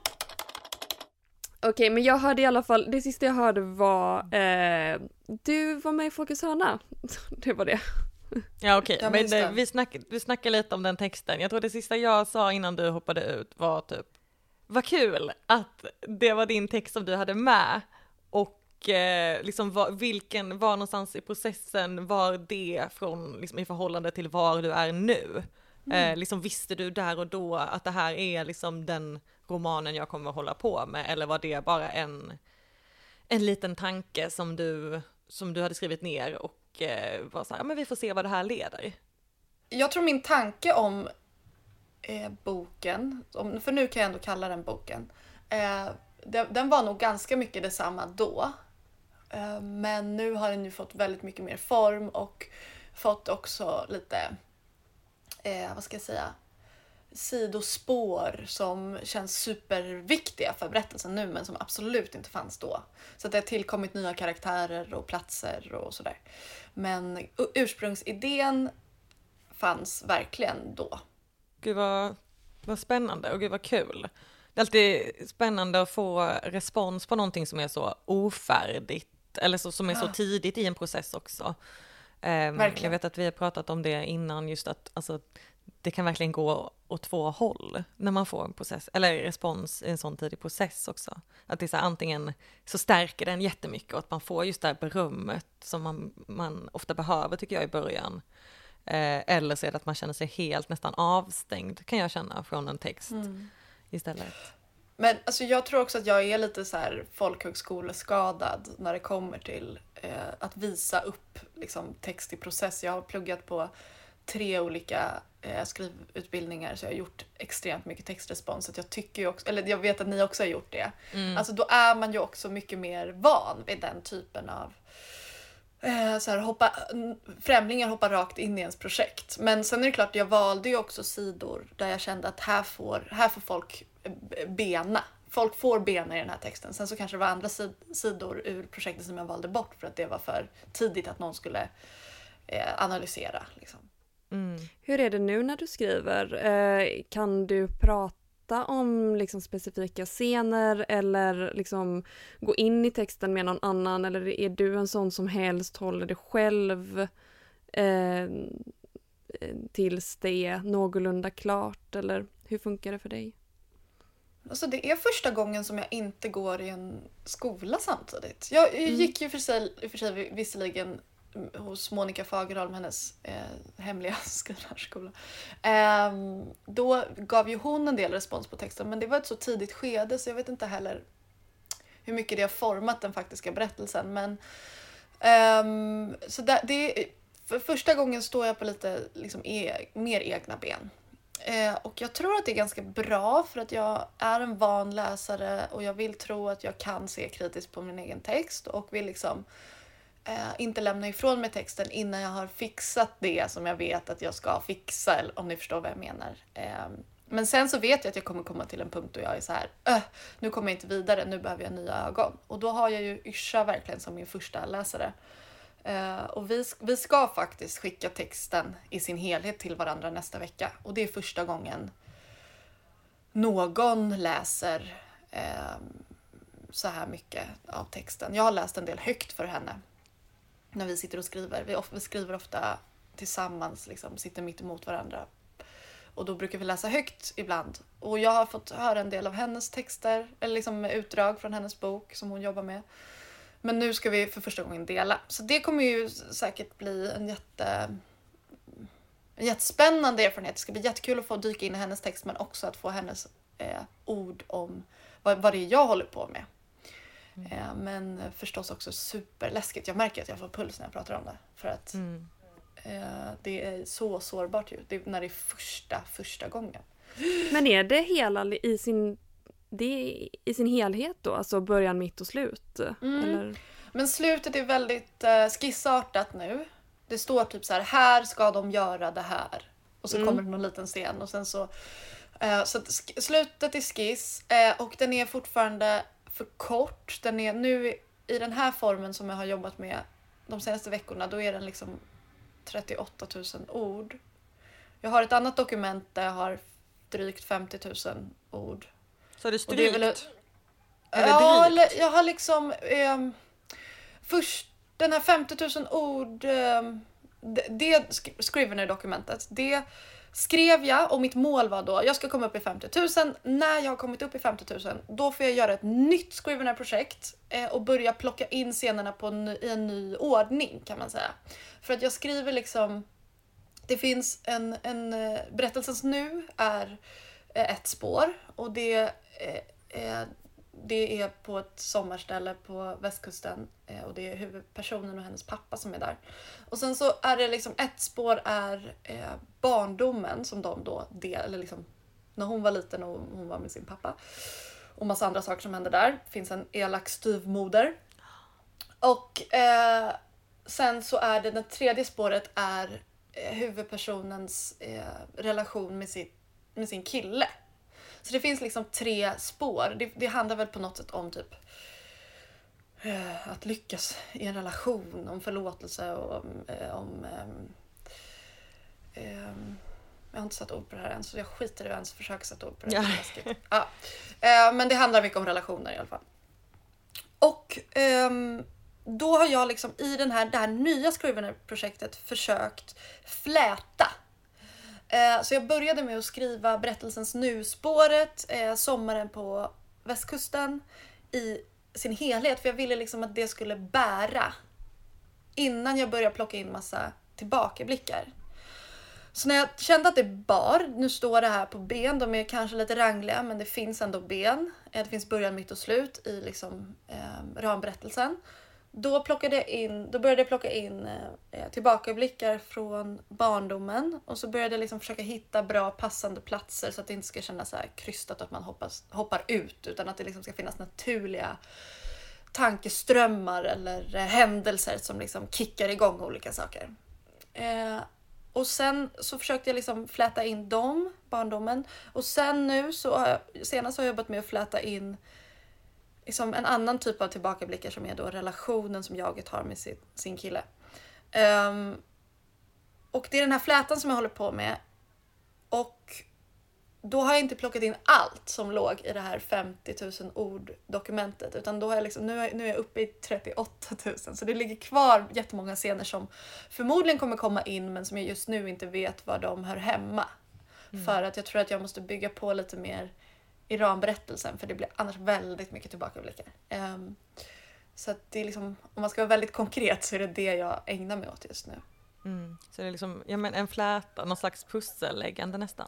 Okej, okay, men jag hörde i alla fall, det sista jag hörde var eh, du var med i Folkets hörna. Det var det. Ja okej, okay. Men det, vi, snack, vi snackade lite om den texten. Jag tror det sista jag sa innan du hoppade ut var typ, vad kul att det var din text som du hade med. Och eh, liksom var, vilken, var någonstans i processen var det från, liksom, i förhållande till var du är nu? Mm. Eh, liksom, visste du där och då att det här är liksom den romanen jag kommer att hålla på med, eller var det bara en, en liten tanke som du, som du hade skrivit ner och eh, var så här, ja, men vi får se vad det här leder? Jag tror min tanke om eh, boken, om, för nu kan jag ändå kalla den boken, eh, den, den var nog ganska mycket detsamma då, eh, men nu har den ju fått väldigt mycket mer form och fått också lite, eh, vad ska jag säga, sidospår som känns superviktiga för berättelsen nu, men som absolut inte fanns då. Så att det har tillkommit nya karaktärer och platser och sådär. Men ursprungsidén fanns verkligen då. Gud vad, vad spännande och gud vad kul. Det är alltid spännande att få respons på någonting som är så ofärdigt, eller så, som är så tidigt i en process också. Um, jag vet att vi har pratat om det innan, just att alltså, det kan verkligen gå åt två håll när man får en process, eller respons i en sån tidig process också. Att det är så här, antingen så stärker den jättemycket och att man får just det här berömmet som man, man ofta behöver, tycker jag, i början. Eh, eller så är det att man känner sig helt nästan avstängd, kan jag känna, från en text mm. istället. Men alltså, jag tror också att jag är lite så här folkhögskoleskadad när det kommer till eh, att visa upp liksom, text i process. Jag har pluggat på tre olika eh, skrivutbildningar, så jag har gjort extremt mycket textrespons. Så jag tycker ju också, eller jag vet att ni också har gjort det. Mm. Alltså då är man ju också mycket mer van vid den typen av eh, så här, hoppa, främlingar hoppar rakt in i ens projekt. Men sen är det klart, jag valde ju också sidor där jag kände att här får, här får folk bena. Folk får bena i den här texten. Sen så kanske det var andra sid- sidor ur projektet som jag valde bort för att det var för tidigt att någon skulle eh, analysera liksom. Mm. Hur är det nu när du skriver? Eh, kan du prata om liksom, specifika scener eller liksom, gå in i texten med någon annan? Eller är du en sån som helst håller det själv eh, tills det är någorlunda klart? Eller hur funkar det för dig? Alltså det är första gången som jag inte går i en skola samtidigt. Jag mm. gick ju för sig, för sig visserligen hos Monica Fagerholm, hennes eh, hemliga skrivarskola. Eh, då gav ju hon en del respons på texten, men det var ett så tidigt skede så jag vet inte heller hur mycket det har format den faktiska berättelsen. Men um, så där, det, för första gången står jag på lite liksom, e, mer egna ben. Eh, och jag tror att det är ganska bra för att jag är en van läsare och jag vill tro att jag kan se kritiskt på min egen text och vill liksom eh, inte lämna ifrån mig texten innan jag har fixat det som jag vet att jag ska fixa, eller om ni förstår vad jag menar. Eh, men sen så vet jag att jag kommer komma till en punkt då jag är så här, öh, nu kommer jag inte vidare, nu behöver jag nya ögon. Och då har jag ju Yrsa verkligen som min första läsare. Uh, och vi, vi ska faktiskt skicka texten i sin helhet till varandra nästa vecka. Och det är första gången någon läser uh, så här mycket av texten. Jag har läst en del högt för henne när vi sitter och skriver. Vi, vi skriver ofta tillsammans, liksom, sitter mitt emot varandra. Och då brukar vi läsa högt ibland. Och jag har fått höra en del av hennes texter, eller liksom utdrag från hennes bok som hon jobbar med. Men nu ska vi för första gången dela. Så det kommer ju säkert bli en jätte en jättespännande erfarenhet. Det ska bli jättekul att få dyka in i hennes text, men också att få hennes eh, ord om vad, vad det är jag håller på med. Mm. Eh, men förstås också superläskigt. Jag märker att jag får puls när jag pratar om det. För att mm. eh, det är så sårbart ju. Det är när det är första, första gången. Men är det hela i sin... Det är i sin helhet då, alltså början, mitt och slut? Mm. Eller? Men slutet är väldigt uh, skissartat nu. Det står typ så här, här ska de göra det här. Och så mm. kommer det någon liten scen. Och sen så, uh, så sk- slutet är skiss uh, och den är fortfarande för kort. Den är nu i den här formen som jag har jobbat med de senaste veckorna, då är den liksom trettioåtta tusen ord. Jag har ett annat dokument där jag har drygt femtio tusen ord. Så är det strykt? Det är väl, eller ja, eller, jag har liksom... Eh, först, den här femtio tusen ord... Eh, det, det Scrivener-dokumentet, det skrev jag och mitt mål var då, jag ska komma upp i femtio tusen. När jag har kommit upp i femtio tusen, då får jag göra ett nytt Scrivener-projekt eh, och börja plocka in scenerna på en, i en ny ordning, kan man säga. För att jag skriver liksom... Det finns en... en berättelsens nu är ett spår och det eh, det är på ett sommarställe på västkusten eh, och det är huvudpersonen och hennes pappa som är där. Och sen så är det liksom ett spår är eh, barndomen som de då del, eller liksom när hon var liten och hon var med sin pappa och massa andra saker som händer där. Det finns en elak styvmoder. Och eh, sen så är det, det tredje spåret är eh, huvudpersonens eh, relation med sitt med sin kille. Så det finns liksom tre spår. Det, det handlar väl på något sätt om typ uh, att lyckas i en relation, om förlåtelse och om... Uh, om um, um, jag har inte satt ord på det här än, så jag skiter i att ens försöka sätta ord på det här. Ja. Ja. Uh, men det handlar mycket om relationer i alla fall. Och um, då har jag liksom i den här, det här nya Scrivener-projektet försökt fläta. Så jag började med att skriva berättelsens nu-spåret, eh, sommaren på västkusten i sin helhet. För jag ville liksom att det skulle bära innan jag började plocka in massa tillbakablickar. Så när jag kände att det bar, nu står det här på ben, de är kanske lite rangliga men det finns ändå ben. Det finns början, mitt och slut i liksom, eh, ramberättelsen. Då, plockade jag in, då började jag plocka in eh, tillbakablickar från barndomen. Och så började jag liksom försöka hitta bra passande platser så att det inte ska kännas så här krystat att man hoppas, hoppar ut. Utan att det liksom ska finnas naturliga tankeströmmar eller eh, händelser som liksom kickar igång olika saker. Eh, och sen så försökte jag liksom fläta in dem, barndomen. Och sen nu så har jag, senast har jag jobbat med att fläta in liksom en annan typ av tillbakablickar som är då relationen som jaget har med sin, sin kille. Um, och det är den här flätan som jag håller på med. Och då har jag inte plockat in allt som låg i det här femtio tusen ord dokumentet. Utan då har jag liksom, nu, är, nu är jag uppe i trettioåtta tusen. Så det ligger kvar jättemånga scener som förmodligen kommer komma in men som jag just nu inte vet var de hör hemma. Mm. För att jag tror att jag måste bygga på lite mer i ramberättelsen, för det blir annars väldigt mycket tillbakablickar. Um, så att det är liksom, om man ska vara väldigt konkret så är det det jag ägnar mig åt just nu. Mm. Så det är liksom, ja, men en fläta, någon slags pusselläggande nästan.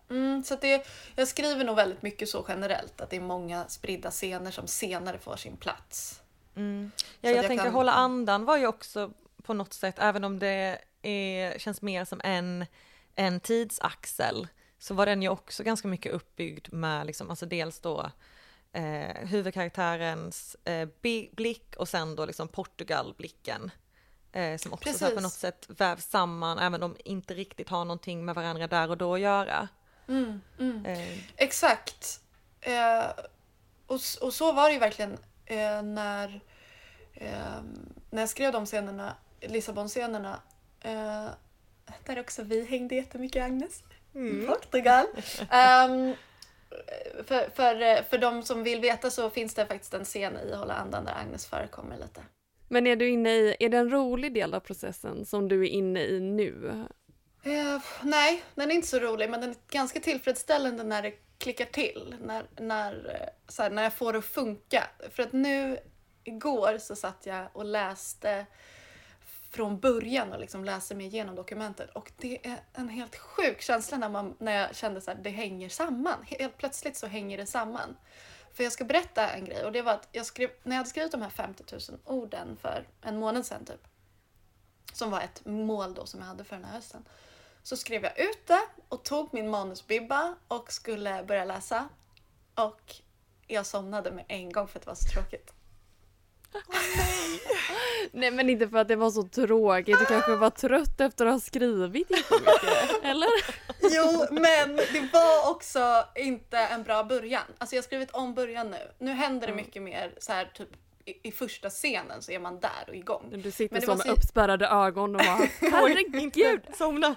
Mm, så att det, jag skriver nog väldigt mycket så generellt, att det är många spridda scener som senare får sin plats. Mm. Ja, jag, jag tänker kan... hålla andan var ju också på något sätt, även om det är, känns mer som en, en tidsaxel, så var den ju också ganska mycket uppbyggd med liksom, alltså dels då eh, huvudkaraktärens eh, blick och sen då liksom Portugal-blicken. Eh, som också så här på något sätt vävs samman, även om de inte riktigt har någonting med varandra där och då att göra. Mm, mm. Eh. Exakt. Eh, och, och så var det ju verkligen eh, när, eh, när jag skrev de scenerna, Lissabon-scenerna, eh, där också vi hängde jättemycket, Agnes. Mm. Portugal. um, för, för, för de som vill veta så finns det faktiskt en scen i Hålla andan där Agnes förekommer lite. Men är du inne i, är det en rolig del av processen som du är inne i nu? Uh, nej, den är inte så rolig, men den är ganska tillfredsställande när det klickar till. När, när, så här, när jag får det att funka. För att nu, igår så satt jag och läste från början och liksom läser mig igenom dokumentet. Och det är en helt sjuk känsla när, man, när jag kände att det hänger samman. Helt plötsligt så hänger det samman. För jag ska berätta en grej. Och det var att jag skrev, när jag hade skrivit de här femtio tusen orden för en månad sedan typ. Som var ett mål då som jag hade för den här hösten. Så skrev jag ut det och tog min manusbibba och skulle börja läsa. Och jag somnade med en gång för att det var så tråkigt. Oh, nej. Nej, men inte för att det var så tråkigt. Du kanske var trött efter att ha skrivit jättemycket, eller? Jo, men det var också inte en bra början. Alltså jag har skrivit om början nu. Nu händer det mycket mer så här typ i, i första scenen så är man där och igång. Du sitter som med så... uppspärrade ögon och bara, herregud, somna.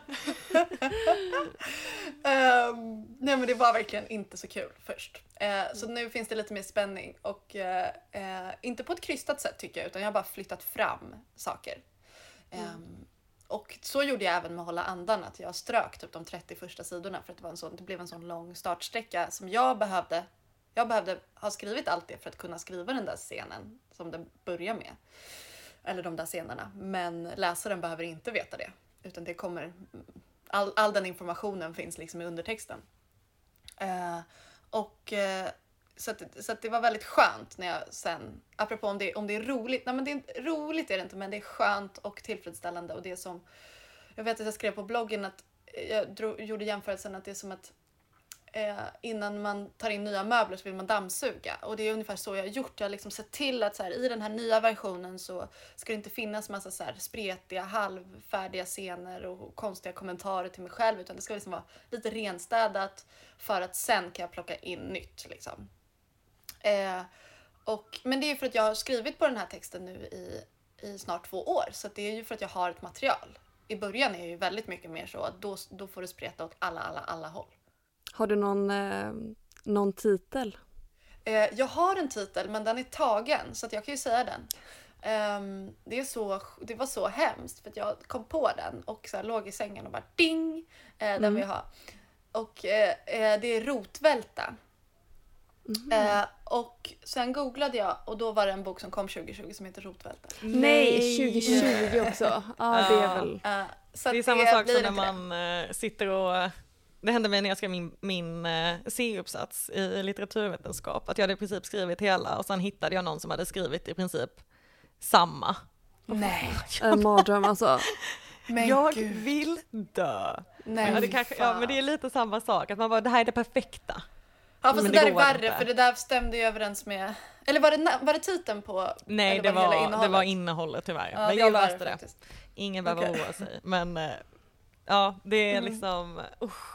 um, nej men det var verkligen inte så kul först. Uh, så nu finns det lite mer spänning och uh, uh, inte på ett krystat sätt tycker jag, utan jag har bara flyttat fram saker. Um, mm. Och så gjorde jag även med Hålla andan, att jag strök typ de trettio första sidorna för att det, var en sån, det blev en sån lång startsträcka som jag behövde. Jag behövde ha skrivit allt det för att kunna skriva den där scenen som den börjar med. Eller de där scenerna. Men läsaren behöver inte veta det. Utan det kommer, all, all den informationen finns liksom i undertexten. Uh, och uh, så, att, så att det var väldigt skönt när jag sen, apropå om det, om det är roligt. Nej men det är, roligt är det inte, men det är skönt och tillfredsställande. Och det är som, jag vet att jag skrev på bloggen att jag drog, gjorde jämförelsen att det är som att Eh, innan man tar in nya möbler så vill man dammsuga. Och det är ungefär så jag har gjort. Jag har liksom sett till att så här, i den här nya versionen så ska det inte finnas massa så här spretiga, halvfärdiga scener och konstiga kommentarer till mig själv. Utan det ska liksom vara lite renstädat för att sen kan jag plocka in nytt. Liksom. Eh, och, men det är ju för att jag har skrivit på den här texten nu i, i snart två år. Så det är ju för att jag har ett material. I början är jag ju väldigt mycket mer så att då, då får det spreta åt alla, alla, alla håll. Har du någon, eh, någon titel? Eh, jag har en titel, men den är tagen, så att jag kan ju säga den. Eh, det, är så, det var så hemskt, för att jag kom på den och så här, låg i sängen och bara ding, eh, den mm. vill jag ha. Och eh, det är Rotvälta. Mm. Eh, och sen googlade jag och då var det en bok som kom tjugo tjugo som heter Rotvälta. Nej, tjugo tjugo också. Ja, ah, det är väl... Eh, så det är samma det sak som när man det. sitter och... Det hände mig när jag skrev min, min uh, C-uppsats i litteraturvetenskap. Att jag hade i princip skrivit hela och sen hittade jag någon som hade skrivit i princip samma. Nej. En mardröm alltså. Men jag Gud. vill dö. Nej, ja, det kanske, ja, men det är lite samma sak. Att man bara, det här är det perfekta. Ja, fast men det där är värre inte. För det där stämde ju överens med... Eller var det, var det titeln på... Nej, det var, innehållet? det var innehållet tyvärr. Ja, men jag löste det. Faktiskt. Ingen behöver okay. oroa sig. Men... Uh, Ja, det är mm. liksom, usch.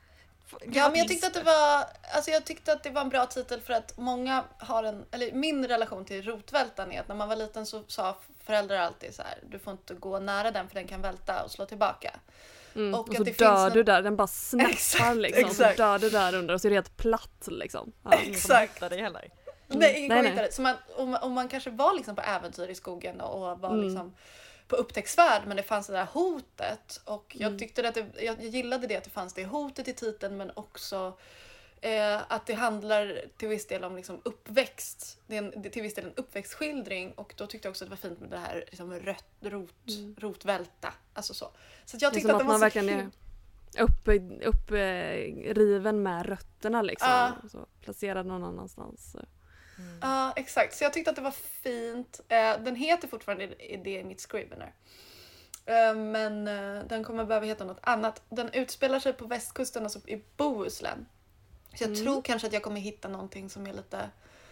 Ja, men jag tyckte att det var, alltså jag tyckte att det var en bra titel för att många har en, eller min relation till rotvältan är att när man var liten så sa föräldrar alltid så här, du får inte gå nära den för den kan välta och slå tillbaka. Mm. Och, och så dör du någon... där, den bara snappar exakt, liksom, exakt. Så dör du där under och så är det helt platt liksom. Ja. Exakt. Det heller. Mm. Nej, ingen nej, nej. Så man, om, om man kanske var liksom på äventyr i skogen och var mm. liksom på upptäcktsfärd, men det fanns det där hotet och jag tyckte att det, jag gillade det att det fanns det hotet i titeln, men också eh, att det handlar till viss del om liksom uppväxt. Det är, en, det är till viss del en uppväxtskildring och då tyckte jag också att det var fint med det här liksom rött, rot, mm. rotvälta, alltså så. Så att jag tyckte att, att det var man så verkligen är, upp, upp eh, riven med rötterna liksom. Ja. Så placerad någon annanstans. Mm. Ja, exakt. Så jag tyckte att det var fint. Eh, den heter fortfarande Det är mitt Scrivener. Eh, men eh, den kommer behöva heta något annat. Den utspelar sig på västkusten, alltså i Bohuslän. Så jag mm. tror kanske att jag kommer hitta någonting som är lite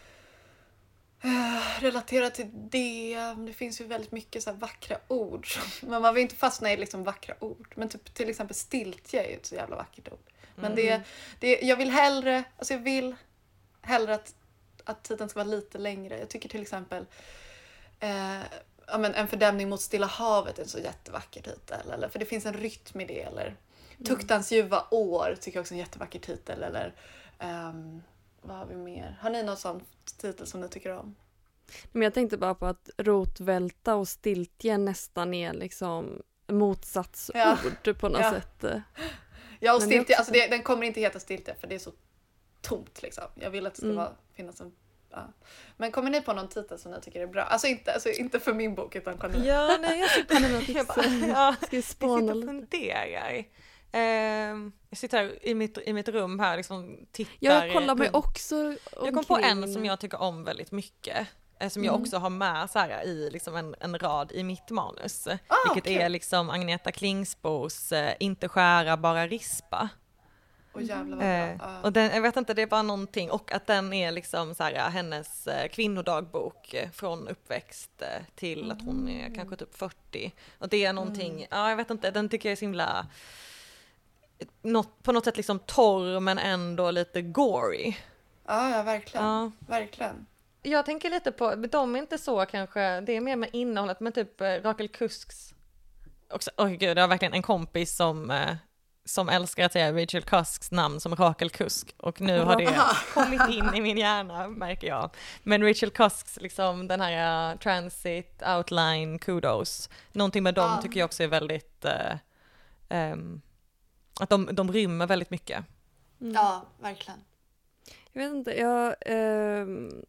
eh, relaterat till det. Det finns ju väldigt mycket så här vackra ord. Men man vill inte fastna i liksom vackra ord. Men typ, till exempel stiltje är ju ett så jävla vackert ord. Men mm. det, det, jag vill hellre, alltså jag vill hellre att att titeln ska vara lite längre. Jag tycker till exempel eh, ja, men En fördämning mot Stilla havet är en så jättevacker titel. Eller, för det finns en rytm i det. Eller mm. Tuktans ljuva år tycker jag också är en jättevacker titel. Eller um, vad har vi mer? Har ni någon sån titel som ni tycker om? Men jag tänkte bara på att rotvälta och stiltje nästan är liksom motsatsord ja. på något ja. sätt. Ja, och stiltje, också... alltså det, den kommer inte heta stiltje för det är så tomt liksom. Jag vill att det ska mm. vara, finnas en... Ja. Men kommer ni på någon titel som ni tycker är bra? Alltså inte, alltså inte för min bok utan kan ni... Ja, nej jag sitter jag bara, ja, ska vi spåna och funderar. Uh, jag sitter här i mitt, i mitt rum här liksom tittar. Jag kollar mig också omkring. Jag kom på en som jag tycker om väldigt mycket. Som jag också har med så här, i liksom en, en rad i mitt manus. Ah, vilket okay. är liksom Agneta Klingsbos uh, Inte skära, bara rispa. Och jävlar vad bra. Eh, uh. Och den, jag vet inte, det är bara någonting. Och att den är liksom så här, hennes eh, kvinnodagbok eh, från uppväxt eh, till mm. att hon är kanske typ fyrtio. Och det är någonting, mm. ja jag vet inte, den tycker jag är så himla något, på något sätt liksom torr men ändå lite gory. Ja, ja verkligen. Ja. Verkligen. Jag tänker lite på, de är inte så kanske, det är mer med innehållet, men typ eh, Rakel Kusks också, oj gud, det var verkligen en kompis som eh, som älskar att säga Rachel Cusks namn som Rakel Kusk. Och nu har det kommit in i min hjärna, märker jag. Men Rachel Cusks, liksom den här uh, transit, outline, kudos. Någonting med dem ah. tycker jag också är väldigt... Uh, um, att de, de rymmer väldigt mycket. Mm. Ja, verkligen. Jag vet inte, jag... Eh,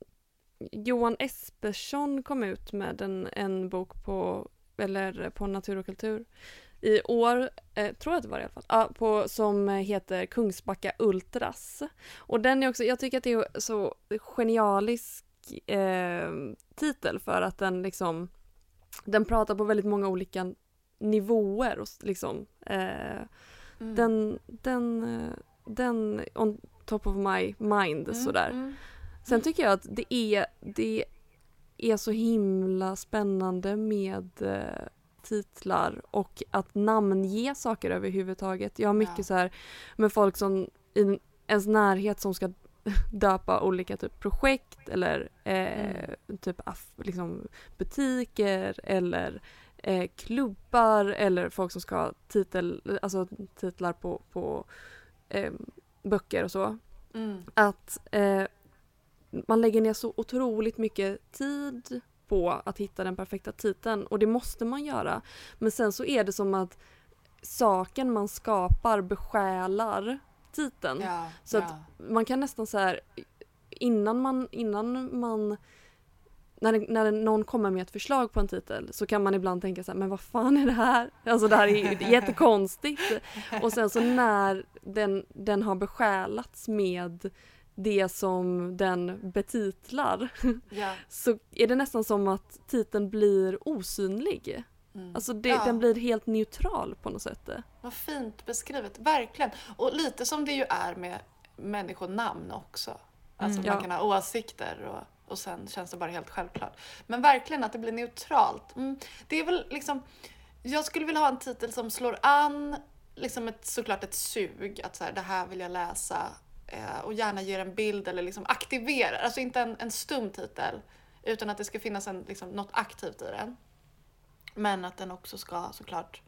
Johan Espersson kom ut med en, en bok på, eller på Natur och kultur i år, eh, tror jag att det var i alla fall, ja, på, som heter Kungsbacka Ultras. Och den är också, jag tycker att det är så genialisk eh, titel för att den liksom, den pratar på väldigt många olika nivåer och liksom, eh, mm. den, den, den on top of my mind mm, sådär. Mm. Sen tycker jag att det är, det är så himla spännande med eh, titlar och att namnge saker överhuvudtaget. Jag har mycket ja. så här med folk som i ens närhet som ska döpa olika typ projekt eller eh, mm. typ aff, liksom butiker eller eh, klubbar eller folk som ska ha titel, alltså titlar på, på eh, böcker och så. Mm. Att eh, man lägger ner så otroligt mycket tid på att hitta den perfekta titeln och det måste man göra. Men sen så är det som att saken man skapar besjälar titeln. Ja, så ja. att man kan nästan så här innan man innan man när, det, när någon kommer med ett förslag på en titel så kan man ibland tänka så här, men vad fan är det här? Alltså det här är jättekonstigt. Och sen så när den, den har besjälats med det som den betitlar ja. så är det nästan som att titeln blir osynlig. Mm. Alltså det, ja. den blir helt neutral på något sätt. Vad fint beskrivet, verkligen. Och lite som det ju är med människonamn också. Alltså mm, man ja. kan ha åsikter och, och sen känns det bara helt självklart. Men verkligen att det blir neutralt. Mm. Det är väl liksom, jag skulle vilja ha en titel som slår an liksom ett, såklart ett sug. Att så här, det här vill jag läsa. Och gärna ger en bild eller liksom aktiverar. Alltså inte en, en stum titel. Utan att det ska finnas en, liksom, något aktivt i den. Men att den också ska såklart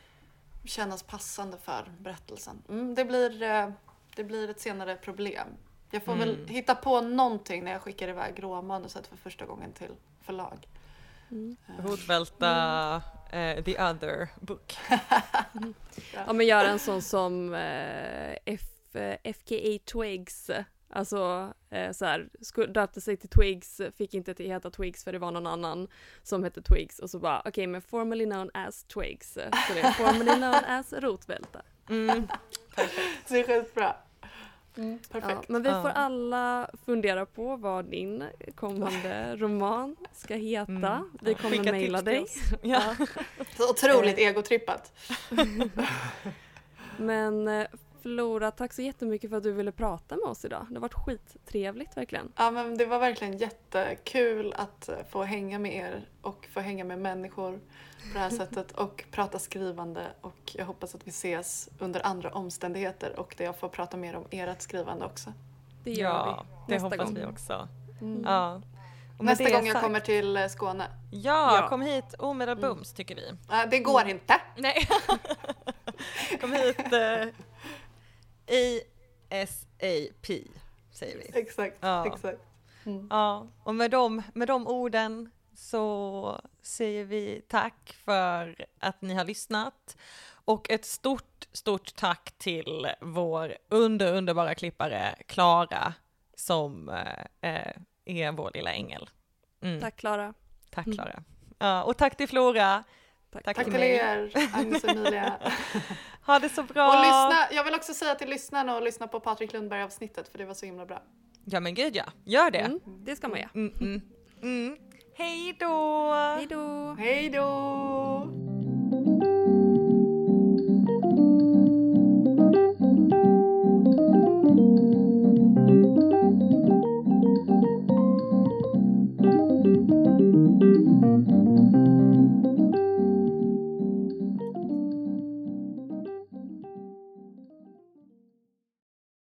kännas passande för berättelsen. Mm, det, blir, det blir ett senare problem. Jag får mm. väl hitta på någonting när jag skickar iväg råmanuset för första gången till förlag. Mm. Rotvälta mm. uh, the other book. mm. ja. ja men gör en sån som uh, F F K A Twigs, alltså eh, så här, döpte sig till Twigs, fick inte till heta Twigs för det var någon annan som hette Twigs och så bara, okej okay, men formerly known as Twigs, så det är formerly known as Rotvälta. Mm. Det är skitbra. Mm, perfekt. Ja, men vi Ja. får alla fundera på vad din kommande roman ska heta. Mm. Vi kommer Skicka mejla tips till dig. oss. Ja. Så otroligt egotrippat. Men eh, Flora, tack så jättemycket för att du ville prata med oss idag. Det har varit skittrevligt verkligen. Ja, men det var verkligen jättekul att eh, få hänga med er och få hänga med människor på det här sättet och prata skrivande, och jag hoppas att vi ses under andra omständigheter och där jag får prata mer om ert skrivande också. Det gör Ja, vi det nästa hoppas gång. vi också. Mm. Ja. Och med Nästa det gång jag sagt- kommer till eh, Skåne. Ja, Ja. kom hit omedelbums tycker vi. Äh, det går inte. Nej. Kom hit uh, A S A P säger vi. Exakt, Ja. exakt. Mm. Ja, och med de, med de orden så säger vi tack för att ni har lyssnat. Och ett stort, stort tack till vår under, underbara klippare Klara som eh, är vår lilla ängel. Mm. Tack Klara. Tack Mm. Klara. Ja, och tack till Flora. Tack. Tack, Tack till till mig. er, Agnes och Emilia. Ha det så bra. Och lyssna, jag vill också säga till lyssnarna och lyssna på Patrik Lundberg-avsnittet för det var så himla bra. Ja men gud ja, gör det. Mm, det ska man göra. Mm, mm. Mm. Hej då! Hej då! Hej då!